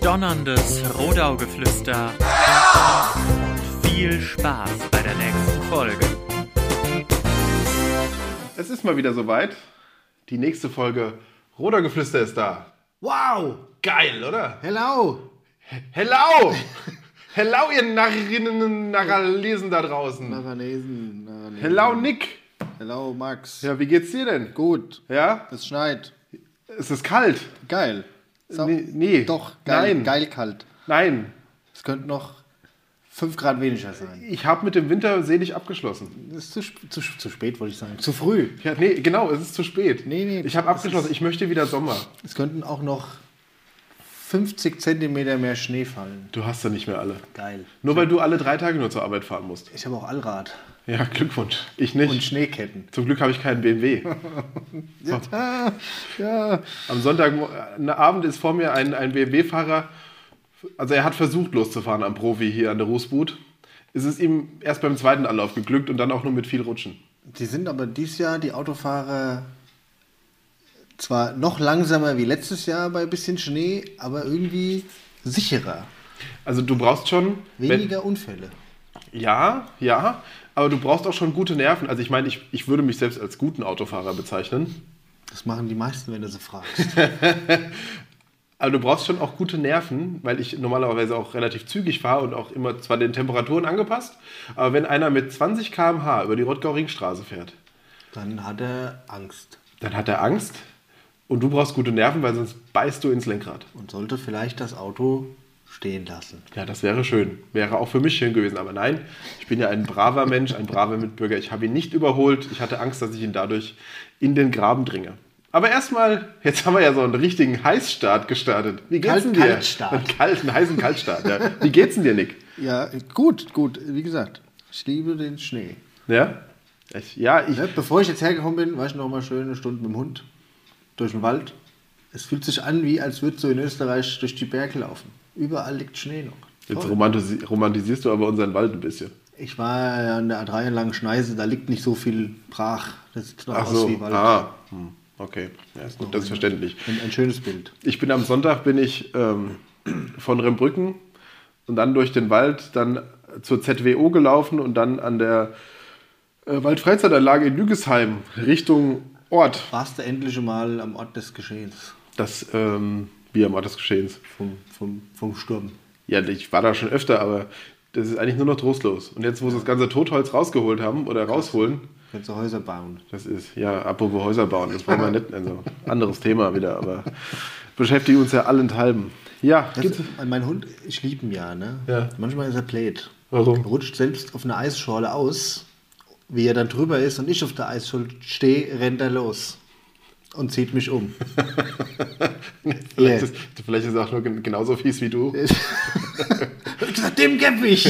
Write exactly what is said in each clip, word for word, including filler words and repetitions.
donnerndes Rodaugeflüster ja! und viel Spaß bei der nächsten Folge. Es ist mal wieder soweit. Die nächste Folge Rodaugeflüster ist da. Wow! Geil, oder? Hello! Hello! Hello, ihr Narrinnen und Narralesen da draußen. Narranesen, Narranesen. Hello, Nick. Hello, Max. Ja, wie geht's dir denn? Gut. Ja? Es schneit. Es ist kalt. Geil. So, nee, nee. Doch, geil, Nein. geil kalt. Nein. Es könnte noch fünf Grad weniger sein. Ich habe mit dem Winter selig abgeschlossen. Das ist zu, zu, zu spät, wollte ich sagen. Zu früh. Ja, nee, genau, es ist zu spät. Nee, nee. Ich habe abgeschlossen, ich möchte wieder Sommer. Es könnten auch noch fünfzig Zentimeter mehr Schnee fallen. Du hast ja nicht mehr alle. Geil. Nur weil du alle drei Tage nur zur Arbeit fahren musst. Ich habe auch Allrad. Ja, Glückwunsch. Ich nicht. Und Schneeketten. Zum Glück habe ich keinen B M W. Ja, ja. Am Sonntagabend ist vor mir ein, ein B M W-Fahrer, also er hat versucht loszufahren am Profi hier an der Rußbud. Es ist ihm erst beim zweiten Anlauf geglückt und dann auch nur mit viel Rutschen. Die sind aber dieses Jahr, die Autofahrer, zwar noch langsamer wie letztes Jahr bei ein bisschen Schnee, aber irgendwie sicherer. Also du brauchst schon... Weniger wenn, Unfälle. Ja, ja, aber du brauchst auch schon gute Nerven. Also ich meine, ich, ich würde mich selbst als guten Autofahrer bezeichnen. Das machen die meisten, wenn du sie fragst. Aber du brauchst schon auch gute Nerven, weil ich normalerweise auch relativ zügig fahre und auch immer zwar den Temperaturen angepasst, aber wenn einer mit zwanzig Kilometer pro Stunde über die Rottgau-Ringstraße fährt, dann hat er Angst. Dann hat er Angst und du brauchst gute Nerven, weil sonst beißt du ins Lenkrad. Und sollte vielleicht das Auto stehen lassen. Ja, das wäre schön. Wäre auch für mich schön gewesen. Aber nein, ich bin ja ein braver Mensch, ein braver Mitbürger. Ich habe ihn nicht überholt. Ich hatte Angst, dass ich ihn dadurch in den Graben dringe. Aber erstmal, jetzt haben wir ja so einen richtigen Heißstart gestartet. Wie geht's Kalt, denn dir? Kaltstart. Einen kalten, heißen Kaltstart. Ja. Wie geht's denn dir, Nick? Ja, gut, gut. Wie gesagt, ich liebe den Schnee. Ja? Ich, ja, ich... Ja, bevor ich jetzt hergekommen bin, war ich noch mal schön eine Stunde mit dem Hund durch den Wald. Es fühlt sich an, wie als würdest du in Österreich durch die Berge laufen. Überall liegt Schnee noch. Jetzt romantisi- romantisierst du aber unseren Wald ein bisschen. Ich war an der A drei langen Schneise, da liegt nicht so viel brach. Das sieht noch Ach aus so, wie Wald. ah, hm. Okay, ja, ist gut, das ist verständlich. Ein, ein schönes Bild. Ich bin am Sonntag bin ich ähm, von Rembrücken und dann durch den Wald dann zur Z W O gelaufen und dann an der äh, Waldfreizeitanlage in Lügesheim Richtung Ort. Warst du endlich mal am Ort des Geschehens? Das, ähm, wie am Ort des Geschehens. Vom, vom, vom Sturm. Ja, ich war da schon öfter, aber das ist eigentlich nur noch trostlos. Und jetzt, wo sie das ganze Totholz rausgeholt haben oder rausholen, kannst du Häuser bauen. das ist, ja, apropos Häuser bauen, das wollen wir nicht, also anderes Thema wieder, aber beschäftigt uns ja allenthalben. Ja, Das, gibt's, mein Hund, ich liebe ihn ja, ne? Ja. Manchmal ist er blöd. Warum? Er rutscht selbst auf einer Eisschorle aus. Wie er dann drüber ist und ich auf der Eisschorle stehe, rennt er los. Und zieht mich um. vielleicht, Yeah. ist, vielleicht ist er auch nur gen- genauso fies wie du. Ich hab gesagt, dem geb ich.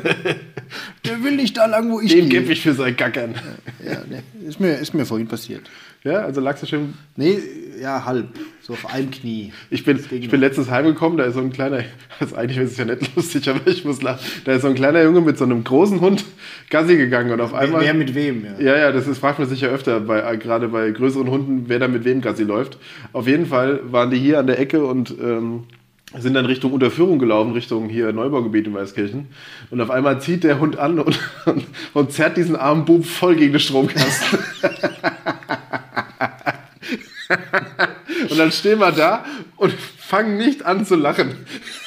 Der will nicht da lang, wo ich Dem gehe. gebe ich für sein Gackern. Ja, ne, ist, mir, ist mir vorhin passiert. Ja, also lagst du schön. Nee, ja, halb. So auf einem Knie. Ich bin, Das ging ich bin noch. letztens heimgekommen, da ist so ein kleiner, also eigentlich ist es ja nicht lustig, aber ich muss lachen. Da ist so ein kleiner Junge mit so einem großen Hund Gassi gegangen und auf einmal. Wer mit wem, ja. Ja, ja, das ist, fragt man sich ja öfter, bei, gerade bei größeren Hunden, wer da mit wem Gassi läuft. Auf jeden Fall waren die hier an der Ecke und ähm, sind dann Richtung Unterführung gelaufen, Richtung hier Neubaugebiet in Weißkirchen. Und auf einmal zieht der Hund an und, und, und zerrt diesen armen Bub voll gegen den Stromkasten. Und dann stehen wir da und fangen nicht an zu lachen.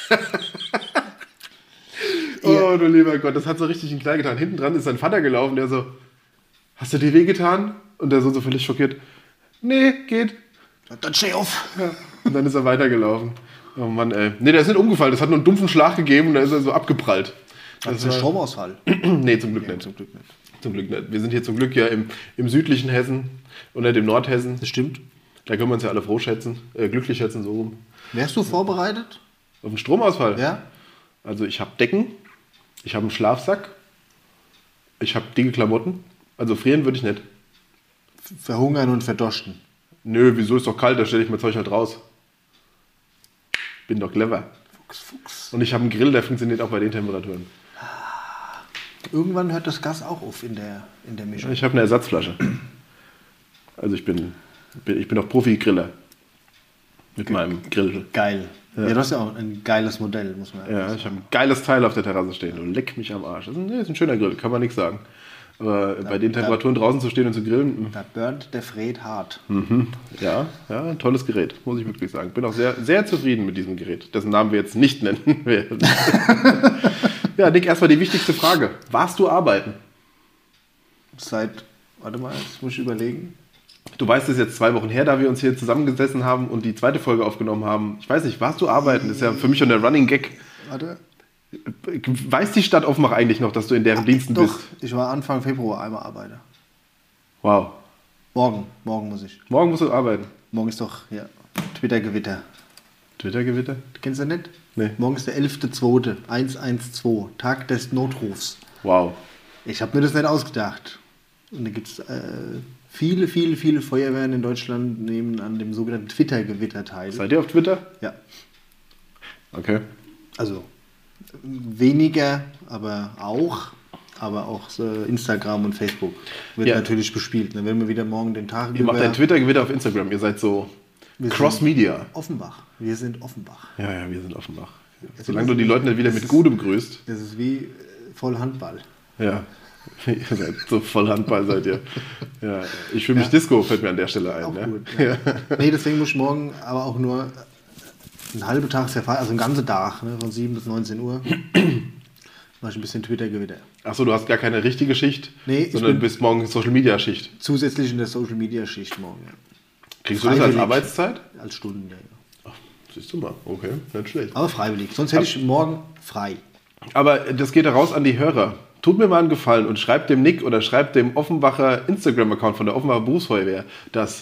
Oh, du lieber Gott, das hat so richtig einen Kleid getan. Hinten dran ist sein Vater gelaufen, der so, hast du dir wehgetan? Und der so, so völlig schockiert, nee, geht. Dann steh auf. Ja. Und dann ist er weitergelaufen. Oh Mann, ey. Nee, der ist nicht umgefallen, das hat nur einen dumpfen Schlag gegeben und da ist er so abgeprallt. Das ist ein war- Stromausfall. Nee, zum Glück Ja, nicht. zum Glück nicht. Zum Glück nicht. Wir sind hier zum Glück ja im, im südlichen Hessen und nicht im Nordhessen. Das stimmt. Da können wir uns ja alle froh schätzen, äh, glücklich schätzen, so rum. Wärst du vorbereitet? Auf den Stromausfall? Ja? Also ich habe Decken, ich habe einen Schlafsack, ich habe dicke Klamotten. Also frieren würde ich nicht. Verhungern und verdorsten. Nö, wieso ist doch kalt, da stelle ich mein Zeug halt raus. Bin doch clever. Fuchs, Fuchs. Und ich habe einen Grill, der funktioniert auch bei den Temperaturen. Irgendwann hört das Gas auch auf in der, in der Mischung. Ich habe eine Ersatzflasche. Also ich bin, bin ich bin auch Profi-Griller. Mit meinem Grill. Geil. Ja, das ist ja auch ein geiles Modell, muss man Ja, sagen. ich habe ein geiles Teil auf der Terrasse stehen und leck mich am Arsch. Das ist ein, das ist ein schöner Grill, kann man nichts sagen. Aber da, bei den Temperaturen da, draußen zu stehen und zu grillen... Da burnt der Fred hart. Mhm. Ja, ja, ein tolles Gerät, muss ich wirklich sagen. Bin auch sehr, sehr zufrieden mit diesem Gerät, dessen Namen wir jetzt nicht nennen werden. Ja, Nick, erstmal die wichtigste Frage. Warst du arbeiten? Seit, warte mal, jetzt muss ich überlegen. Du weißt, es ist jetzt zwei Wochen her, da wir uns hier zusammengesessen haben und die zweite Folge aufgenommen haben. Ich weiß nicht, warst du arbeiten? Das ist ja für mich schon der Running Gag. Warte. Weiß die Stadt Offenbach eigentlich noch, dass du in deren Diensten Doch, bist? ich war Anfang Februar einmal arbeiten. Wow. Morgen, morgen muss ich. Morgen musst du arbeiten. Morgen ist doch, ja, Twitter-Gewitter. Twitter-Gewitter? Kennst du nicht? Nee. Morgen ist der elfter zweite hundertzwölf, Tag des Notrufs. Wow. Ich habe mir das nicht ausgedacht. Und da gibt es äh, viele, viele, viele Feuerwehren in Deutschland nehmen an dem sogenannten Twitter-Gewitter teil. Seid ihr auf Twitter? Ja. Okay. Also weniger, aber auch. Aber auch so Instagram und Facebook wird Ja. natürlich bespielt. Dann werden wir wieder morgen den Tag Ihr macht ein Twitter-Gewitter auf Instagram. Ihr seid so Wir Cross-Media. Offenbach. Wir sind Offenbach. Ja, ja, wir sind Offenbach. Solange du die Leute nicht wieder mit Gutem grüßt. Das ist wie äh, voll Handball. Ja. Ihr seid so voll Handball, seid ihr. Ja. Ich fühle mich Ja. Disco, fällt mir an der Stelle ein. Auch Ne? gut. Ja. Nee, deswegen muss ich morgen aber auch nur ein halber Tag, also einen ganzen Tag, ne, von sieben bis neunzehn Uhr, mache ich ein bisschen Twitter-Gewitter. Achso, du hast gar keine richtige Schicht, Nee, ich sondern bin- du bist morgen Social-Media-Schicht. Zusätzlich in der Social-Media-Schicht morgen. Ja. Kriegst du das als Freiwillig. Arbeitszeit? Als Stunden, ja, ja. Siehst du mal, okay, nicht schlecht. Aber freiwillig. Sonst hätte ich morgen frei. Aber das geht heraus an die Hörer. Tut mir mal einen Gefallen und schreibt dem Nick oder schreibt dem Offenbacher Instagram-Account von der Offenbacher Berufsfeuerwehr, dass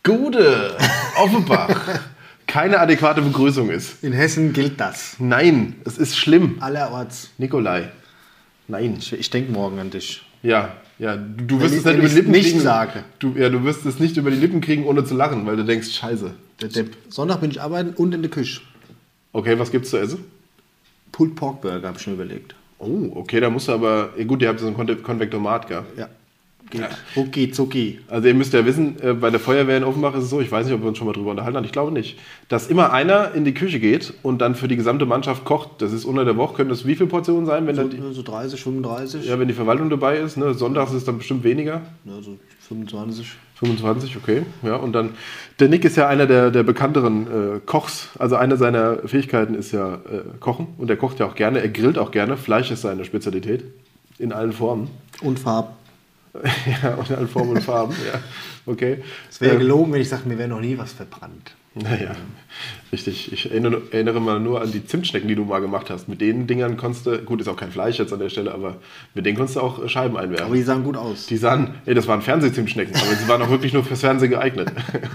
Gute Offenbach keine adäquate Begrüßung ist. In Hessen gilt das. Nein, es ist schlimm. Allerorts. Nikolai. Nein. Ich, ich denke morgen an dich. Ja, ja, du, du wirst Wenn es ich- nicht wenn über die ich's Lippen nicht kriegen. sage. Du, ja, du wirst es nicht über die Lippen kriegen, ohne zu lachen, weil du denkst, scheiße. Der Depp. Sonntag bin ich arbeiten und in der Küche. Okay, was gibt's zu essen? Pulled Pork Burger habe ich mir überlegt. Oh, okay, da musst du aber, ja gut, ihr habt so einen Konve- Konvektomat, gell? Ja. Geht. Rucki, zucki. Also ihr müsst ja wissen, äh, bei der Feuerwehr in Offenbach ist es so, ich weiß nicht, ob wir uns schon mal drüber unterhalten haben, ich glaube nicht, dass immer einer in die Küche geht und dann für die gesamte Mannschaft kocht. Das ist unter der Woche, können das wie viele Portionen sein, wenn, So, dann die, so dreißig, fünfunddreißig. ja, wenn die Verwaltung dabei ist? Ne? Sonntags ist es dann bestimmt weniger. Ja, so fünfundzwanzig. fünfundzwanzig, okay. Ja, und dann, der Nick ist ja einer der, der bekannteren äh, Kochs. Also eine seiner Fähigkeiten ist ja äh, Kochen. Und er kocht ja auch gerne, er grillt auch gerne. Fleisch ist seine Spezialität. In allen Formen. Und Farben. Ja, und in allen Formen und Farben, ja. Okay. Es wäre Ähm, gelogen, wenn ich sage, mir wäre noch nie was verbrannt. Naja, richtig. Ich erinnere, erinnere mal nur an die Zimtschnecken, die du mal gemacht hast. Mit den Dingern konntest du, gut, ist auch kein Fleisch jetzt an der Stelle, aber mit denen konntest du auch Scheiben einwerfen. Aber die sahen gut aus. Die sahen, ey, das waren Fernsehzimtschnecken, aber sie waren auch wirklich nur fürs Fernsehen geeignet.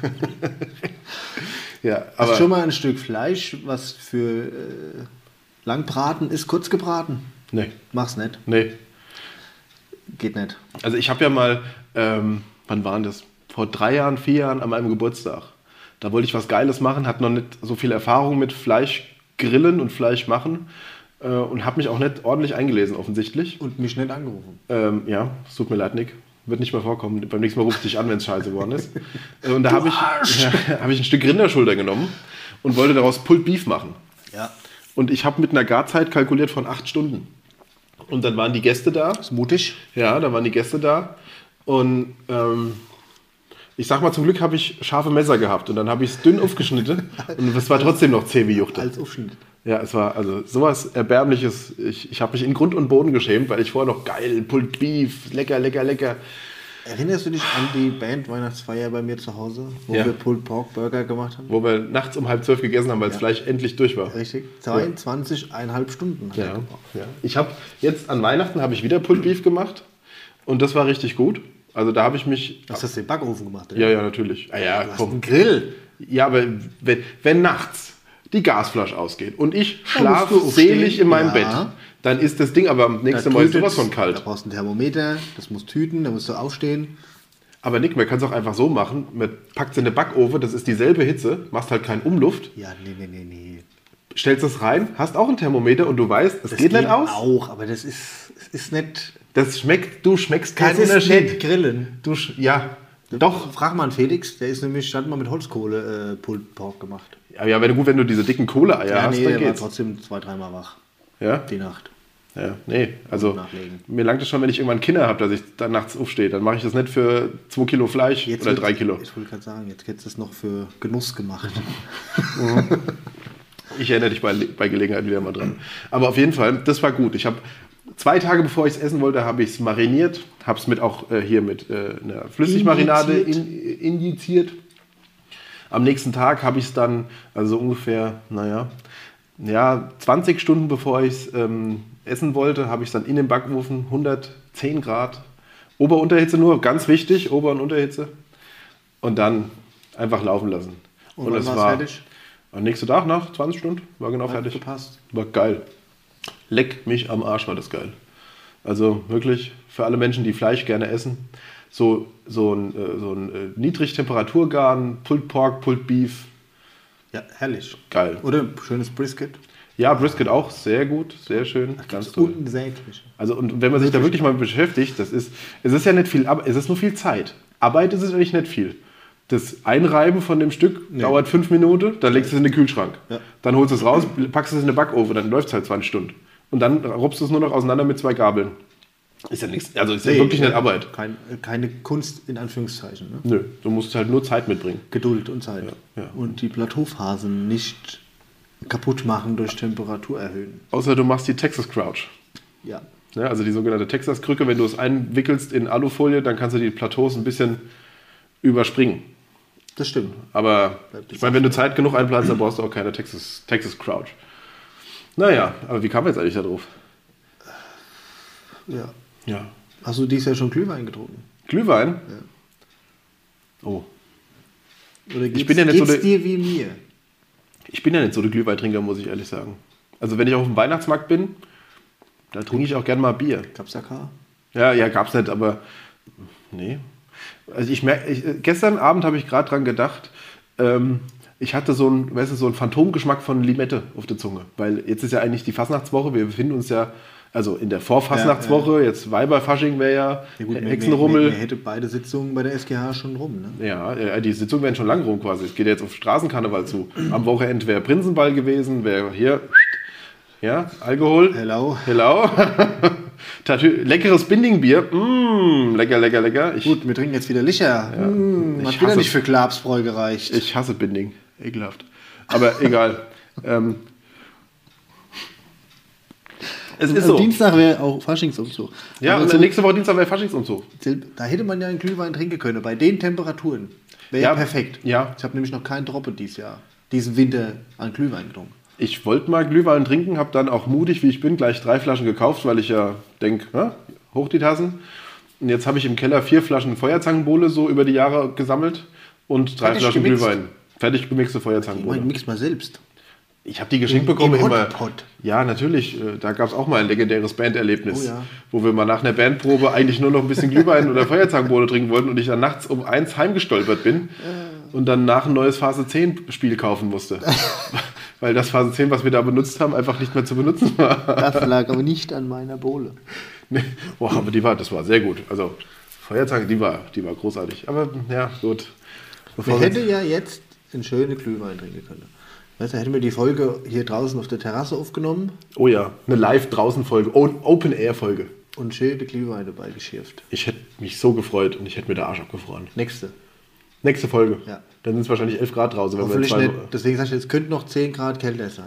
Ja, Hast aber du schon mal ein Stück Fleisch, was für äh, Langbraten ist, kurz gebraten? nee, Mach's nicht. nee. Geht nicht. Also ich habe ja mal, ähm, wann waren das? Vor drei Jahren, vier Jahren an meinem Geburtstag. Da wollte ich was Geiles machen, hatte noch nicht so viel Erfahrung mit Fleischgrillen und Fleisch machen äh, und habe mich auch nicht ordentlich eingelesen offensichtlich. Und mich nicht angerufen. Ähm, ja, es tut mir leid, Nick. Wird nicht mehr vorkommen. Beim nächsten Mal rufe ich dich an, wenn es scheiße geworden ist. Äh, Und da habe ich, ja, hab ich ein Stück Rinderschulter genommen und wollte daraus Pulled Beef machen. Ja. Und ich habe mit einer Garzeit kalkuliert von acht Stunden. Und dann waren die Gäste da. Ist mutig. Ja, da waren die Gäste da. Und ähm, ich sag mal, zum Glück habe ich scharfe Messer gehabt. Und dann habe ich es dünn aufgeschnitten. Und es war trotzdem noch zäh wie Juchte. Als Aufschnitt. Ja, es war also sowas Erbärmliches. Ich, ich habe mich in Grund und Boden geschämt, weil ich vorher noch geil, Pulled Beef, lecker, lecker, lecker. Erinnerst du dich an die Band-Weihnachtsfeier bei mir zu Hause, wo Ja. wir Pulled Pork Burger gemacht haben? Wo wir nachts um halb zwölf gegessen haben, weil das Fleisch endlich durch war. Richtig. zweiundzwanzig Komma fünf Stunden hat er Ja, gebraucht. ja. Ich habe jetzt an Weihnachten habe ich wieder Pulled Beef gemacht und das war richtig gut. Also da habe ich mich. Hast du das in den Backofen gemacht? oder? Ja, ja, natürlich. Ah, ja, Du hast komm. einen Grill. Ja, aber wenn, wenn nachts die Gasflasche ausgeht und ich Da schlafe musst du aufstehen. selig in meinem Ja. Bett, dann ist das Ding aber am nächsten Da Mal tütet's, sowas von Da kalt. brauchst du ein Thermometer, das muss tüten, da musst du aufstehen. Aber Nick, man kann es auch einfach so machen, man packt es in den Backofen, das ist dieselbe Hitze, machst halt keinen Umluft, Ja, nee, nee, nee, nee. stellst es rein, hast auch ein Thermometer und du weißt, es Das geht nicht aus. auch, aber das ist, es ist nicht, Das schmeckt, du schmeckst keinen das ist Unterschied. nicht Grillen. Du, sch- ja, Doch. Frag mal an Felix, der ist nämlich, hat mal mit Holzkohle äh, Pulled Pork gemacht. Ja, ja, wenn du gut, wenn du diese dicken Kohleeier Ja, hast, nee, dann der war geht's. trotzdem zwei, dreimal wach. Ja? Die Nacht. Ja, nee, also Nachlegen. mir langt es schon, wenn ich irgendwann Kinder habe, dass ich dann nachts aufstehe. Dann mache ich das nicht für zwei Kilo Fleisch Jetzt oder wird- drei Kilo. Ich wollte gerade sagen, jetzt hättest du es noch für Genuss gemacht. Ich erinnere dich bei, bei Gelegenheit wieder mal dran. Aber auf jeden Fall, das war gut. Ich habe zwei Tage bevor ich es essen wollte, habe ich es mariniert, habe es mit auch äh, hier mit äh, einer Flüssigmarinade in, injiziert. Am nächsten Tag habe ich es dann, also ungefähr, naja, ja, zwanzig Stunden bevor ich es ähm, essen wollte, habe ich es dann in den Backofen, hundertzehn Grad, Ober-Unterhitze nur, ganz wichtig, Ober- und Unterhitze. Und dann einfach laufen lassen. Und, wann es war's war fertig? am nächsten Tag nach zwanzig Stunden, war genau Hat fertig. gepasst. War geil. Leck mich am Arsch, war das geil. Also wirklich für alle Menschen, die Fleisch gerne essen. So, so ein, äh, so ein äh, Niedrigtemperaturgarn, Pulled Pork, Pulled Beef, Ja, herrlich. geil. Oder schönes Brisket. Ja, Brisket auch, sehr gut, sehr schön, ganz toll. Unsäglich. Also und wenn man sich da wirklich mal beschäftigt, das ist, es ist ja nicht viel, Arbeit, es ist nur viel Zeit. Arbeit ist es eigentlich nicht viel. Das Einreiben von dem Stück Nee. dauert fünf Minuten, dann legst du es in den Kühlschrank. Ja. Dann holst du es raus, packst es in den Backofen, dann läuft es halt zwanzig Stunden. Und dann rupst du es nur noch auseinander mit zwei Gabeln. Ist ja nichts, also ist ja Nee, wirklich nicht ja, Arbeit. Kein, keine Kunst in Anführungszeichen. Ne? Nö, du musst halt nur Zeit mitbringen. Geduld und Zeit. Ja, ja. Und die Plateauphasen nicht kaputt machen durch Temperatur erhöhen. Außer du machst die Texas Crouch. Ja. Ja, also die sogenannte Texas-Krücke, wenn du es einwickelst in Alufolie, dann kannst du die Plateaus ein bisschen überspringen. Das stimmt. Aber ich meine, wenn du Zeit genug einplanst, dann brauchst du auch keine Texas, Texas Crouch. Naja, aber wie kam jetzt eigentlich da drauf? Ja. Ja. Hast du dieses Jahr schon Glühwein getrunken? Glühwein? Oh. Oder geht's, Ich bin ja nicht so geht's der- dir wie mir? Ich bin ja nicht so der Glühweintrinker, muss ich ehrlich sagen. Also wenn ich auf dem Weihnachtsmarkt bin, da trinke ich auch gern mal Bier. Gab's ja K? Ja, ja, gab's nicht, aber nee. Also ich merke, ich, äh, gestern Abend habe ich gerade dran gedacht, ähm, ich hatte so einen, weißt du, so einen Phantomgeschmack von Limette auf der Zunge. Weil jetzt ist ja eigentlich die Fastnachtswoche, wir befinden uns ja, also in der Vorfastnachtswoche, Ja, jetzt Weiberfasching wäre ja, Ja gut, Hexenrummel. Man hätte beide Sitzungen bei der S G H schon rum, ne? Ja, ja, die Sitzungen werden schon lang rum quasi. Es geht jetzt auf Straßenkarneval zu. Am Wochenende wäre Prinzenball gewesen, wäre hier, ja, Alkohol. Hello. Hello. Tatü- leckeres Bindingbier. Mmh, lecker, lecker, lecker. Ich, Gut, wir trinken jetzt wieder Licher. Hm, Ich hat wieder hasse- nicht für Glabsbräu gereicht. ich hasse Binding. Ekelhaft. Aber egal. ähm, es ist Am so. Dienstag wäre auch Faschingsumzug. Ja, Aber und so- nächste Woche Dienstag wäre Faschingsumzug. Da hätte man ja einen Glühwein trinken können, bei den Temperaturen. Wäre ja, Ja, perfekt. ja. Ich habe nämlich noch keinen Droppe dieses Jahr, diesen Winter an Glühwein getrunken. Ich wollte mal Glühwein trinken, habe dann auch mutig, wie ich bin, gleich drei Flaschen gekauft, weil ich ja denke, ja, hoch die Tassen. Und jetzt habe ich im Keller vier Flaschen Feuerzangenbowle so über die Jahre gesammelt und drei Fertig Flaschen gemixt? Glühwein. Fertig gemixte Ich Feuerzangenbowle. meine, mix mal selbst. Ich habe die geschenkt Im- bekommen im immer. Hotpot. Ja, natürlich. äh, Da gab es auch mal ein legendäres Banderlebnis, Oh ja. wo wir mal nach einer Bandprobe eigentlich nur noch ein bisschen Glühwein oder Feuerzangenbowle trinken wollten und ich dann nachts um eins heimgestolpert bin und dann nach ein neues Phase zehn Spiel kaufen musste. Weil das Phase zehn, was wir da benutzt haben, einfach nicht mehr zu benutzen war. Das lag aber nicht an meiner Bohle. Nee. Boah, aber die war, das war sehr gut. Also Feuerzange, die war, die war großartig. Aber ja, gut. Bevor Wir wir hätten ja jetzt einen schönen Glühwein trinken können. Weißt du, hätten wir die Folge hier draußen auf der Terrasse aufgenommen oh ja, eine Live-Draußen-Folge, Open-Air-Folge. und schöne Glühwein dabei geschirft. Ich hätte mich so gefreut und ich hätte mir der Arsch abgefroren. Nächste. Nächste Folge. Ja. Dann sind es wahrscheinlich elf Grad draußen. Wenn wir Hoffentlich zwei nicht. Deswegen sag ich, es könnte noch zehn Grad kälter sein.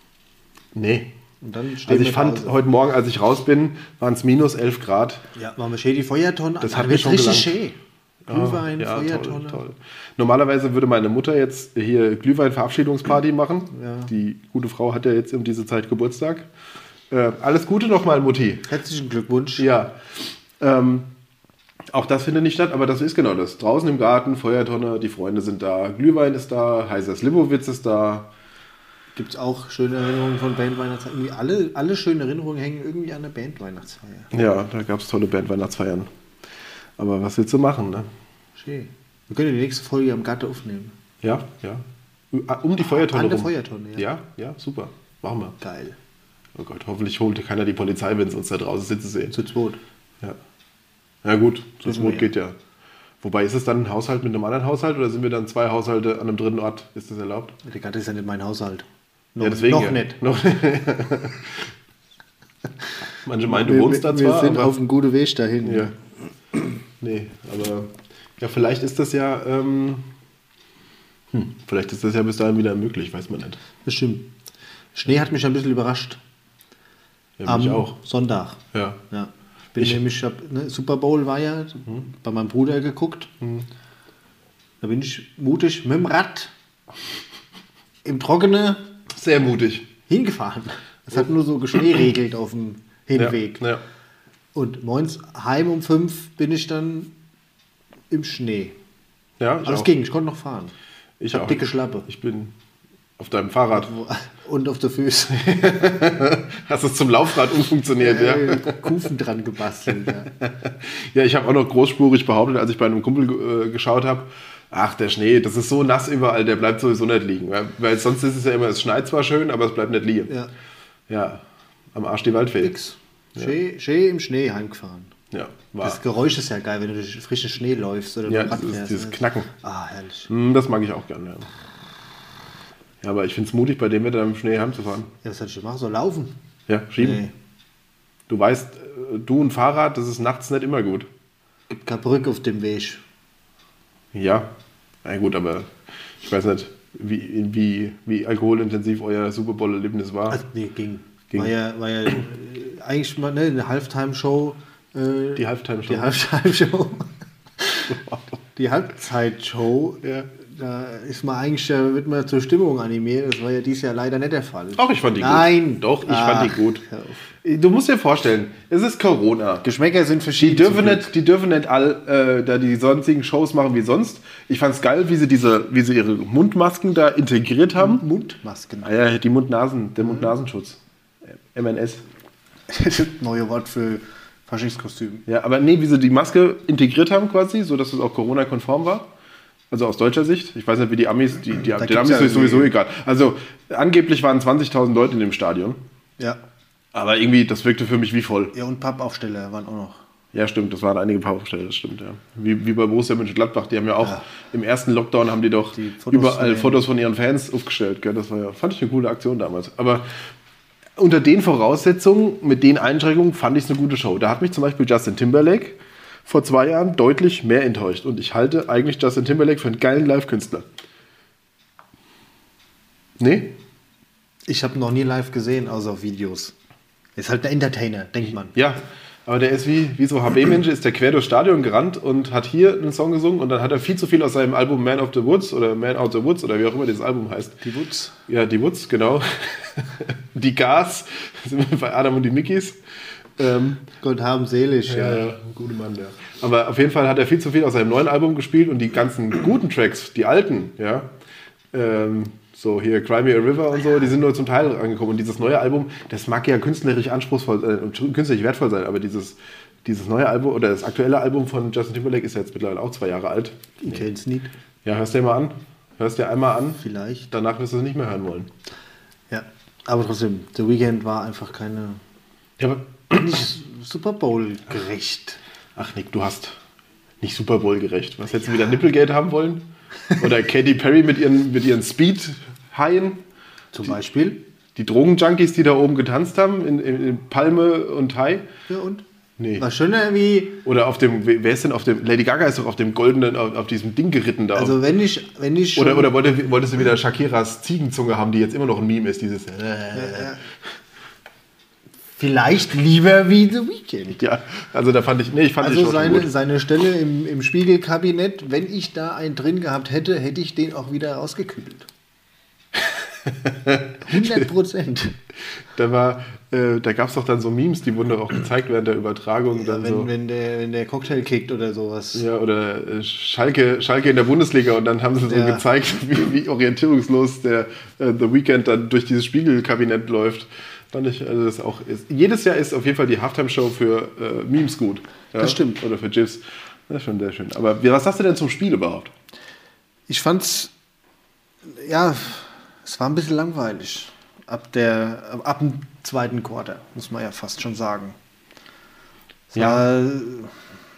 Nee. Und dann stehen Also wir ich fand, draußen. heute Morgen, als ich raus bin, waren es minus elf Grad. Ja, machen wir schön die Feuertonne. Das Dann hat mir wird's schon richtig gelangt. schön. Glühwein, Ja, Feuertonne. Toll, toll. Normalerweise würde meine Mutter jetzt hier Glühwein-Verabschiedungsparty machen. Ja. Die gute Frau hat ja jetzt um diese Zeit Geburtstag. Äh, alles Gute nochmal, Mutti. Herzlichen Glückwunsch. Ja. Ähm, auch das findet nicht statt, aber das ist genau das. Draußen im Garten, Feuertonne, die Freunde sind da, Glühwein ist da, heißer Slivovitz ist da. Gibt es auch schöne Erinnerungen von Bandweihnachtsfeiern? Irgendwie alle, alle schönen Erinnerungen hängen irgendwie an der Bandweihnachtsfeier. Ja, da gab es tolle Bandweihnachtsfeiern. Aber was willst du machen, ne? Schön. Wir können die nächste Folge am Gatte aufnehmen. Ja, ja. Um die Feuertonne An der rum. Feuertonne, ja. Ja, ja, super. Machen wir. Geil. Oh Gott, hoffentlich holt keiner die Polizei, wenn sie uns da draußen sitzen sehen. Zu zweit. Ja. Ja gut, das Wissen Boot wir geht ja. Wobei, ist es dann ein Haushalt mit einem anderen Haushalt oder sind wir dann zwei Haushalte an einem dritten Ort? Ist das erlaubt? Digga, das ist ja nicht mein Haushalt. Noch, Ja, deswegen noch ja. nicht. Noch Manche meinen, du wir, wohnst da wir zwar, sind aber... auf einem guten Weg dahin. Ja. Nee, aber... Ja, vielleicht ist das ja... Ähm, hm, vielleicht ist das ja bis dahin wieder möglich, weiß man nicht. Bestimmt. Schnee hat mich ein bisschen überrascht. Ja, Am mich auch. Sonntag. Ja. Ja. Ich bin Ich- nämlich, hab, ne, Super Bowl war ja bei meinem Bruder geguckt. Da bin ich mutig mit dem Rad im Trockenen Sehr mutig. hingefahren. Es hat nur so geschneeregelt auf dem Hinweg. Ja, ja. Und morgens heim um fünf bin ich dann im Schnee. Ja, ich Aber es auch. ging, ich konnte noch fahren. Ich hab auch. dicke Schlappe. Ich bin auf deinem Fahrrad. Und auf der Füße. Hast es zum Laufrad umfunktioniert, ja? Äh, Kufen dran gebastelt. Ja. Ja, ich habe auch noch großspurig behauptet, als ich bei einem Kumpel äh, geschaut habe, ach, der Schnee, das ist so nass überall, der bleibt sowieso nicht liegen. Weil, weil sonst ist es ja immer, es schneit zwar schön, aber es bleibt nicht liegen. Ja. Ja, am Arsch die Waldfee. Nix. Schön, schön im Schnee heimgefahren. Ja, war. Das Geräusch ist ja geil, wenn du durch frischen Schnee läufst oder Ja, mit dem Rad das ist fährst, dieses ne? Knacken. Ah, herrlich. Hm, das mag ich auch gerne. Ja, ja aber ich finde es mutig, bei dem Wetter im Schnee heimzufahren. Ja, was soll ich denn machen? So laufen? Ja, schieben. Nee. Du weißt, äh, du und Fahrrad, das ist nachts nicht immer gut. Gibt keine Brücke auf dem Weg. Ja, na gut, aber ich weiß nicht, wie, wie, wie alkoholintensiv euer Super Bowl-Erlebnis war. Also, nee, ging. Ging. War ja, war ja äh, eigentlich mal ne, eine Halftime-Show. Äh, Die Halftime-Show. Die Halftime-Show. Die Halbzeitshow. Ja. Da ist man eigentlich, da wird man zur Stimmung animiert. Das war ja dieses Jahr leider nicht der Fall. Auch ich fand die Nein. gut. Doch, ich Ach, fand die gut. hör auf. Du musst dir vorstellen, es ist Corona. Geschmäcker sind Die verschieden. dürfen zum Glück. nicht, die dürfen nicht all äh, da die sonstigen Shows machen wie sonst. Ich fand's geil, wie sie diese, wie sie ihre Mundmasken da integriert haben. Mundmasken. Ah ja, die Mund-Nasen, der Mund-Nasenschutz. M N S. Neue Wort für Faschingskostüm. Ja, aber nee, wie sie die Maske integriert haben quasi, so dass es auch Corona-konform war. Also aus deutscher Sicht. Ich weiß nicht, wie die Amis, die, die, den gibt's Amis ja ist sowieso irgendwie- egal. Also angeblich waren zwanzigtausend Leute in dem Stadion. Ja. Aber irgendwie, das wirkte für mich wie voll. Ja, und Pappaufsteller waren auch noch. Ja, stimmt, das waren einige Pausenstellen, das stimmt, ja. Wie, wie bei Borussia Mönchengladbach, die haben ja auch Ja. im ersten Lockdown haben die doch Die Fotos von überall den- Fotos von ihren Fans aufgestellt, gell? Das war ja, fand ich eine coole Aktion damals. Aber unter den Voraussetzungen, mit den Einschränkungen, fand ich es eine gute Show. Da hat mich zum Beispiel Justin Timberlake vor zwei Jahren deutlich mehr enttäuscht. Und ich halte eigentlich Justin Timberlake für einen geilen Live-Künstler. Nee? Ich habe noch nie live gesehen, außer auf Videos. Ist halt ein Entertainer, denkt man. Ja, aber der ist wie, wie so H B-Mensch, ist der quer durchs Stadion gerannt und hat hier einen Song gesungen und dann hat er viel zu viel aus seinem Album Man of the Woods oder Man Out the Woods oder wie auch immer dieses Album heißt. Die Woods. Ja, die Woods, genau. Die Gas, sind wir bei Adam und die Mickeys. Ähm, Gott haben selig. ja, Ja. ja, gute Mann, ja. Aber auf jeden Fall hat er viel zu viel aus seinem neuen Album gespielt und die ganzen guten Tracks, die alten, ja, ähm, so hier Cry Me a River und so, die sind nur zum Teil angekommen. Und dieses neue Album, das mag ja künstlerisch anspruchsvoll äh, und künstlerisch wertvoll sein, aber dieses, dieses neue Album oder das aktuelle Album von Justin Timberlake ist ja jetzt mittlerweile auch zwei Jahre alt. Ich kenn's nicht. Ja, hörst dir mal an. Hörst dir einmal an. Vielleicht. Danach wirst du es nicht mehr hören wollen. Ja. Aber trotzdem, The Weeknd war einfach keine. Ja, aber Nicht Super Bowl gerecht. ach Nick, du hast nicht Super Bowl gerecht. Was hättest du wieder Nipplegate haben wollen? Oder Katy Perry mit ihren, mit ihren Speed-Haien? Zum Beispiel. Die Drogenjunkies, die da oben getanzt haben, in, in, in Palme und Hai? Ja, und? Nee. War schöner wie. Oder auf dem, wer ist denn auf dem, Lady Gaga ist doch auf dem goldenen, auf, auf diesem Ding geritten da. Also, wenn ich. Wenn ich schon, oder oder wollte, wolltest du wieder Shakiras Ziegenzunge haben, die jetzt immer noch ein Meme ist, dieses. Vielleicht lieber wie The Weeknd. Ja, also da fand ich, nee, ich fand die Also Show schon seine, gut. seine Stelle im, im Spiegelkabinett, wenn ich da einen drin gehabt hätte, hätte ich den auch wieder rausgekübelt. hundert Prozent. Da war, äh, da gab es doch dann so Memes, die wurden doch auch gezeigt während der Übertragung. Ja, dann wenn, so. wenn, der, wenn der Cocktail kickt oder sowas. Ja, oder äh, Schalke, Schalke in der Bundesliga und dann haben sie so Ja. gezeigt, wie, wie orientierungslos der äh, The Weeknd dann durch dieses Spiegelkabinett läuft. Fand ich, also das auch ist. Jedes Jahr ist auf jeden Fall die Halftime-Show für äh, Memes gut. Ja? Das stimmt. Oder für GIFs. Das ist schon sehr schön. Aber wie, was sagst du denn zum Spiel überhaupt? Ich fand's, ja, es war ein bisschen langweilig. Ab, der, ab, ab dem zweiten Quarter, muss man ja fast schon sagen. Es Ja. war,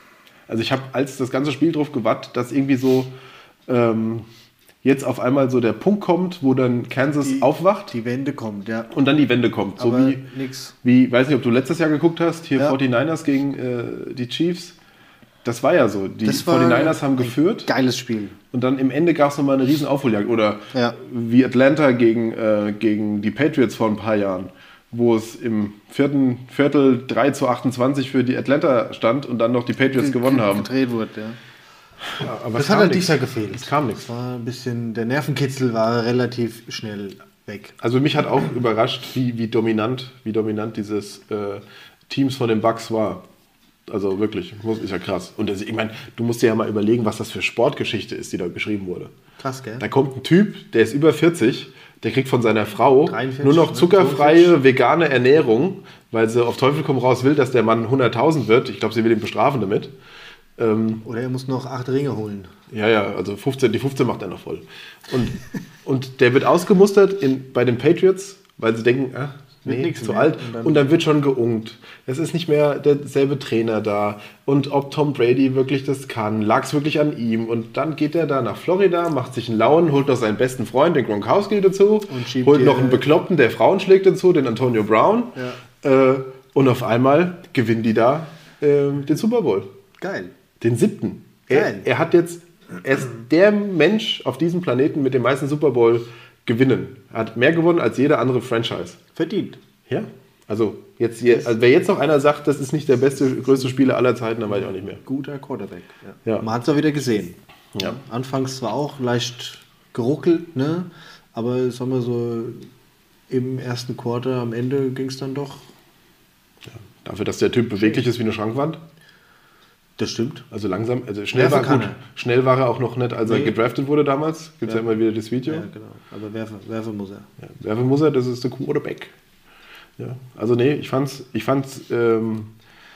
Also ich habe als das ganze Spiel drauf gewartet, dass irgendwie so ähm, jetzt auf einmal so der Punkt kommt, wo dann Kansas Die- aufwacht Die Wende kommt, ja. und dann die Wende kommt. So Aber wie, nix. wie, weiß nicht, ob du letztes Jahr geguckt hast, hier Ja. forty-niners gegen äh, die Chiefs. Das war ja so. Die Das war forty-niners haben ein geführt Geiles Spiel. und dann im Ende gab es nochmal eine riesen Aufholjagd. Oder Ja. wie Atlanta gegen, äh, gegen die Patriots vor ein paar Jahren, wo es im vierten Viertel drei zu achtundzwanzig für die Atlanta stand und dann noch die Patriots gewonnen haben. Gedreht wurde, ja. Ja, aber Das es hat kam halt nichts. dieser gefehlt. Es kam nichts. Es war ein bisschen, der Nervenkitzel war relativ schnell weg. Also mich hat auch überrascht, wie, wie dominant, wie dominant dieses äh, Teams von den Bucks war. Also wirklich, muss, ist ja krass. Und das, ich meine, du musst dir ja mal überlegen, was das für Sportgeschichte ist, die da geschrieben wurde. Krass, gell? Da kommt ein Typ, der ist über vierzig, der kriegt von seiner Frau dreiundvierzig, nur noch ne? zuckerfreie, zweiundvierzig. vegane Ernährung, weil sie auf Teufel komm raus will, dass der Mann hunderttausend wird. Ich glaube, sie will ihn bestrafen damit. Ähm, Oder er muss noch acht Ringe holen. ja, ja, also fünfzehn, die fünfzehn macht er noch voll. Und, und der wird ausgemustert in, bei den Patriots, weil sie denken, ah, Wird nee, nix zu mehr. alt. Und dann- Und dann wird schon geungt. Es ist nicht mehr derselbe Trainer da. Und ob Tom Brady wirklich das kann, lag es wirklich an ihm. Und dann geht er da nach Florida, macht sich einen Lauen, holt noch seinen besten Freund, den Gronkowski, dazu, Und schiebt holt dir- noch einen Bekloppten, der Frauen schlägt dazu, den Antonio Brown. Äh, und auf einmal gewinnen die da äh, den Super Bowl. Geil. Den siebten. Er, Geil. er hat jetzt, er ist der Mensch auf diesem Planeten mit dem meisten Super Bowl gewinnen. Er hat mehr gewonnen als jede andere Franchise. Verdient. Ja. Also, jetzt, hier- also wer jetzt noch einer sagt, das ist nicht der beste, größte Spieler aller Zeiten, dann weiß ich auch nicht mehr. Guter Quarterback. Ja. Ja. Man hat es auch wieder gesehen. Ja. Anfangs zwar auch leicht geruckelt, ne? Aber sagen wir so, im ersten Quarter am Ende ging es dann doch. Dafür, dass der Typ beweglich ist wie eine Schrankwand. Das stimmt. Also langsam, also schnell Werfen war kann gut. er. Schnell war er auch noch nicht, als er Nee. gedraftet wurde damals. Gibt es ja. Ja. immer wieder das Video. Ja, genau. Aber werfen, werfen muss er. Ja, werfen muss er, das ist der Quarterback. Ja, also nee, ich fand's, ich fand's ähm,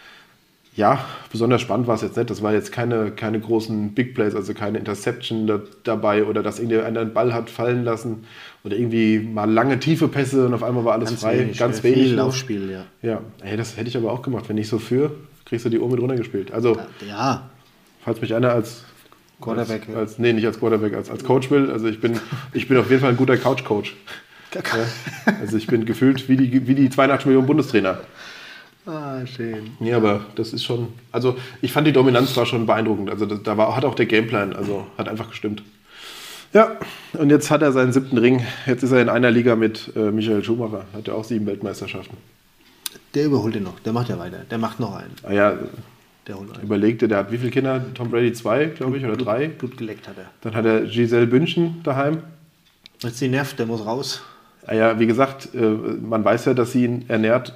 ja, besonders spannend war es jetzt nicht. Das war jetzt keine, keine großen Big Plays, also keine Interception da, dabei oder dass irgendjemand einen Ball hat fallen lassen oder irgendwie mal lange tiefe Pässe und auf einmal war alles frei. wenig, ganz ja, wenig. Viel nur. Laufspiel, ja. Ja, ey, das hätte ich aber auch gemacht. Wenn ich so für, kriegst du die Uhr mit runtergespielt. Also, Ja, falls mich einer als Quarterback, als, ja. als nee, nicht als Quarterback, als, als Coach will. Also ich bin, ich bin auf jeden Fall ein guter Couch-Coach. Ja, also ich bin gefühlt wie die, wie die zweiundachtzig Millionen Bundestrainer. Ah, schön. Ja, aber das ist schon, also ich fand die Dominanz da schon beeindruckend. Also das, da war, hat auch der Gameplan, also hat einfach gestimmt. Ja, und jetzt hat er seinen siebten Ring. Jetzt ist er in einer Liga mit äh, Michael Schumacher. Hat ja auch sieben Weltmeisterschaften. Der überholt ihn noch. Der macht ja weiter. Der macht noch einen. Ah ja, Der holt einen. überlegte, der hat wie viele Kinder? Tom Brady zwei, glaube ich, oder drei. Blut geleckt hat er. Dann hat er Giselle Bündchen daheim. Jetzt die nervt, der muss raus. Ah ja, wie gesagt, äh, man weiß ja, dass sie ihn ernährt,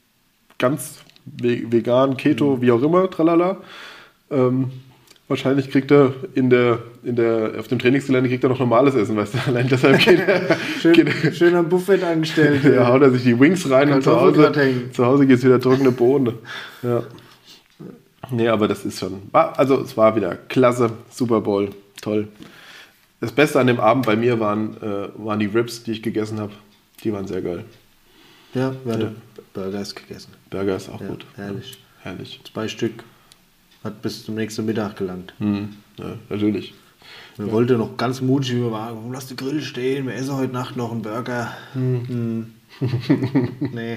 ganz ve- vegan, Keto, wie auch immer, tralala. Ähm, wahrscheinlich kriegt er in der, in der, auf dem Trainingsgelände kriegt er noch normales Essen, weißt du, allein deshalb geht er, geht er, Schön am Buffet angestellt. ja, haut er sich die Wings rein und zu Hause, Kartoffelgratin. zu Hause gibt es wieder trockene Bohnen. Ja. Nee, aber das ist schon, war, also es war wieder klasse, Super Bowl, toll. Das Beste an dem Abend bei mir waren, äh, waren die Ribs, die ich gegessen habe. Die waren sehr geil. Ja, wir hatten Ja. Burgers gegessen. Burger ist auch Ja, gut. herrlich. Ja, herrlich. Zwei Stück. Hat bis zum nächsten Mittag gelangt. Hm, ja, natürlich. Wir wollten noch ganz mutig, wie wir waren, warum lass den Grill stehen, wir essen heute Nacht noch einen Burger. Hm. Nee.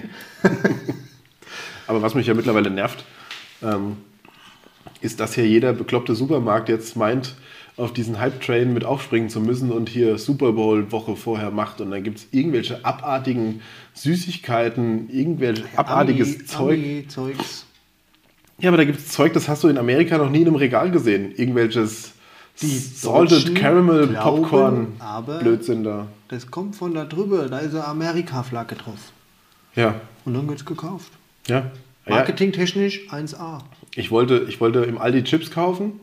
Aber was mich ja mittlerweile nervt, ähm, ist, dass hier jeder bekloppte Supermarkt jetzt meint, auf diesen Hype-Train mit aufspringen zu müssen und hier Super Bowl-Woche vorher macht. Und dann gibt es irgendwelche abartigen Süßigkeiten, irgendwelches abartiges Ami- Zeug. Ami-Zeugs. Ja, aber da gibt es Zeug, das hast du in Amerika noch nie in einem Regal gesehen. Irgendwelches Die Salted Deutschen Caramel glauben, Popcorn aber- Blödsinn da. Das kommt von da drüber, da ist eine Amerika-Flagge drauf. Ja, Und dann wird's gekauft. ja. ja. Marketingtechnisch eins A. Ich wollte, ich wollte im Aldi Chips kaufen.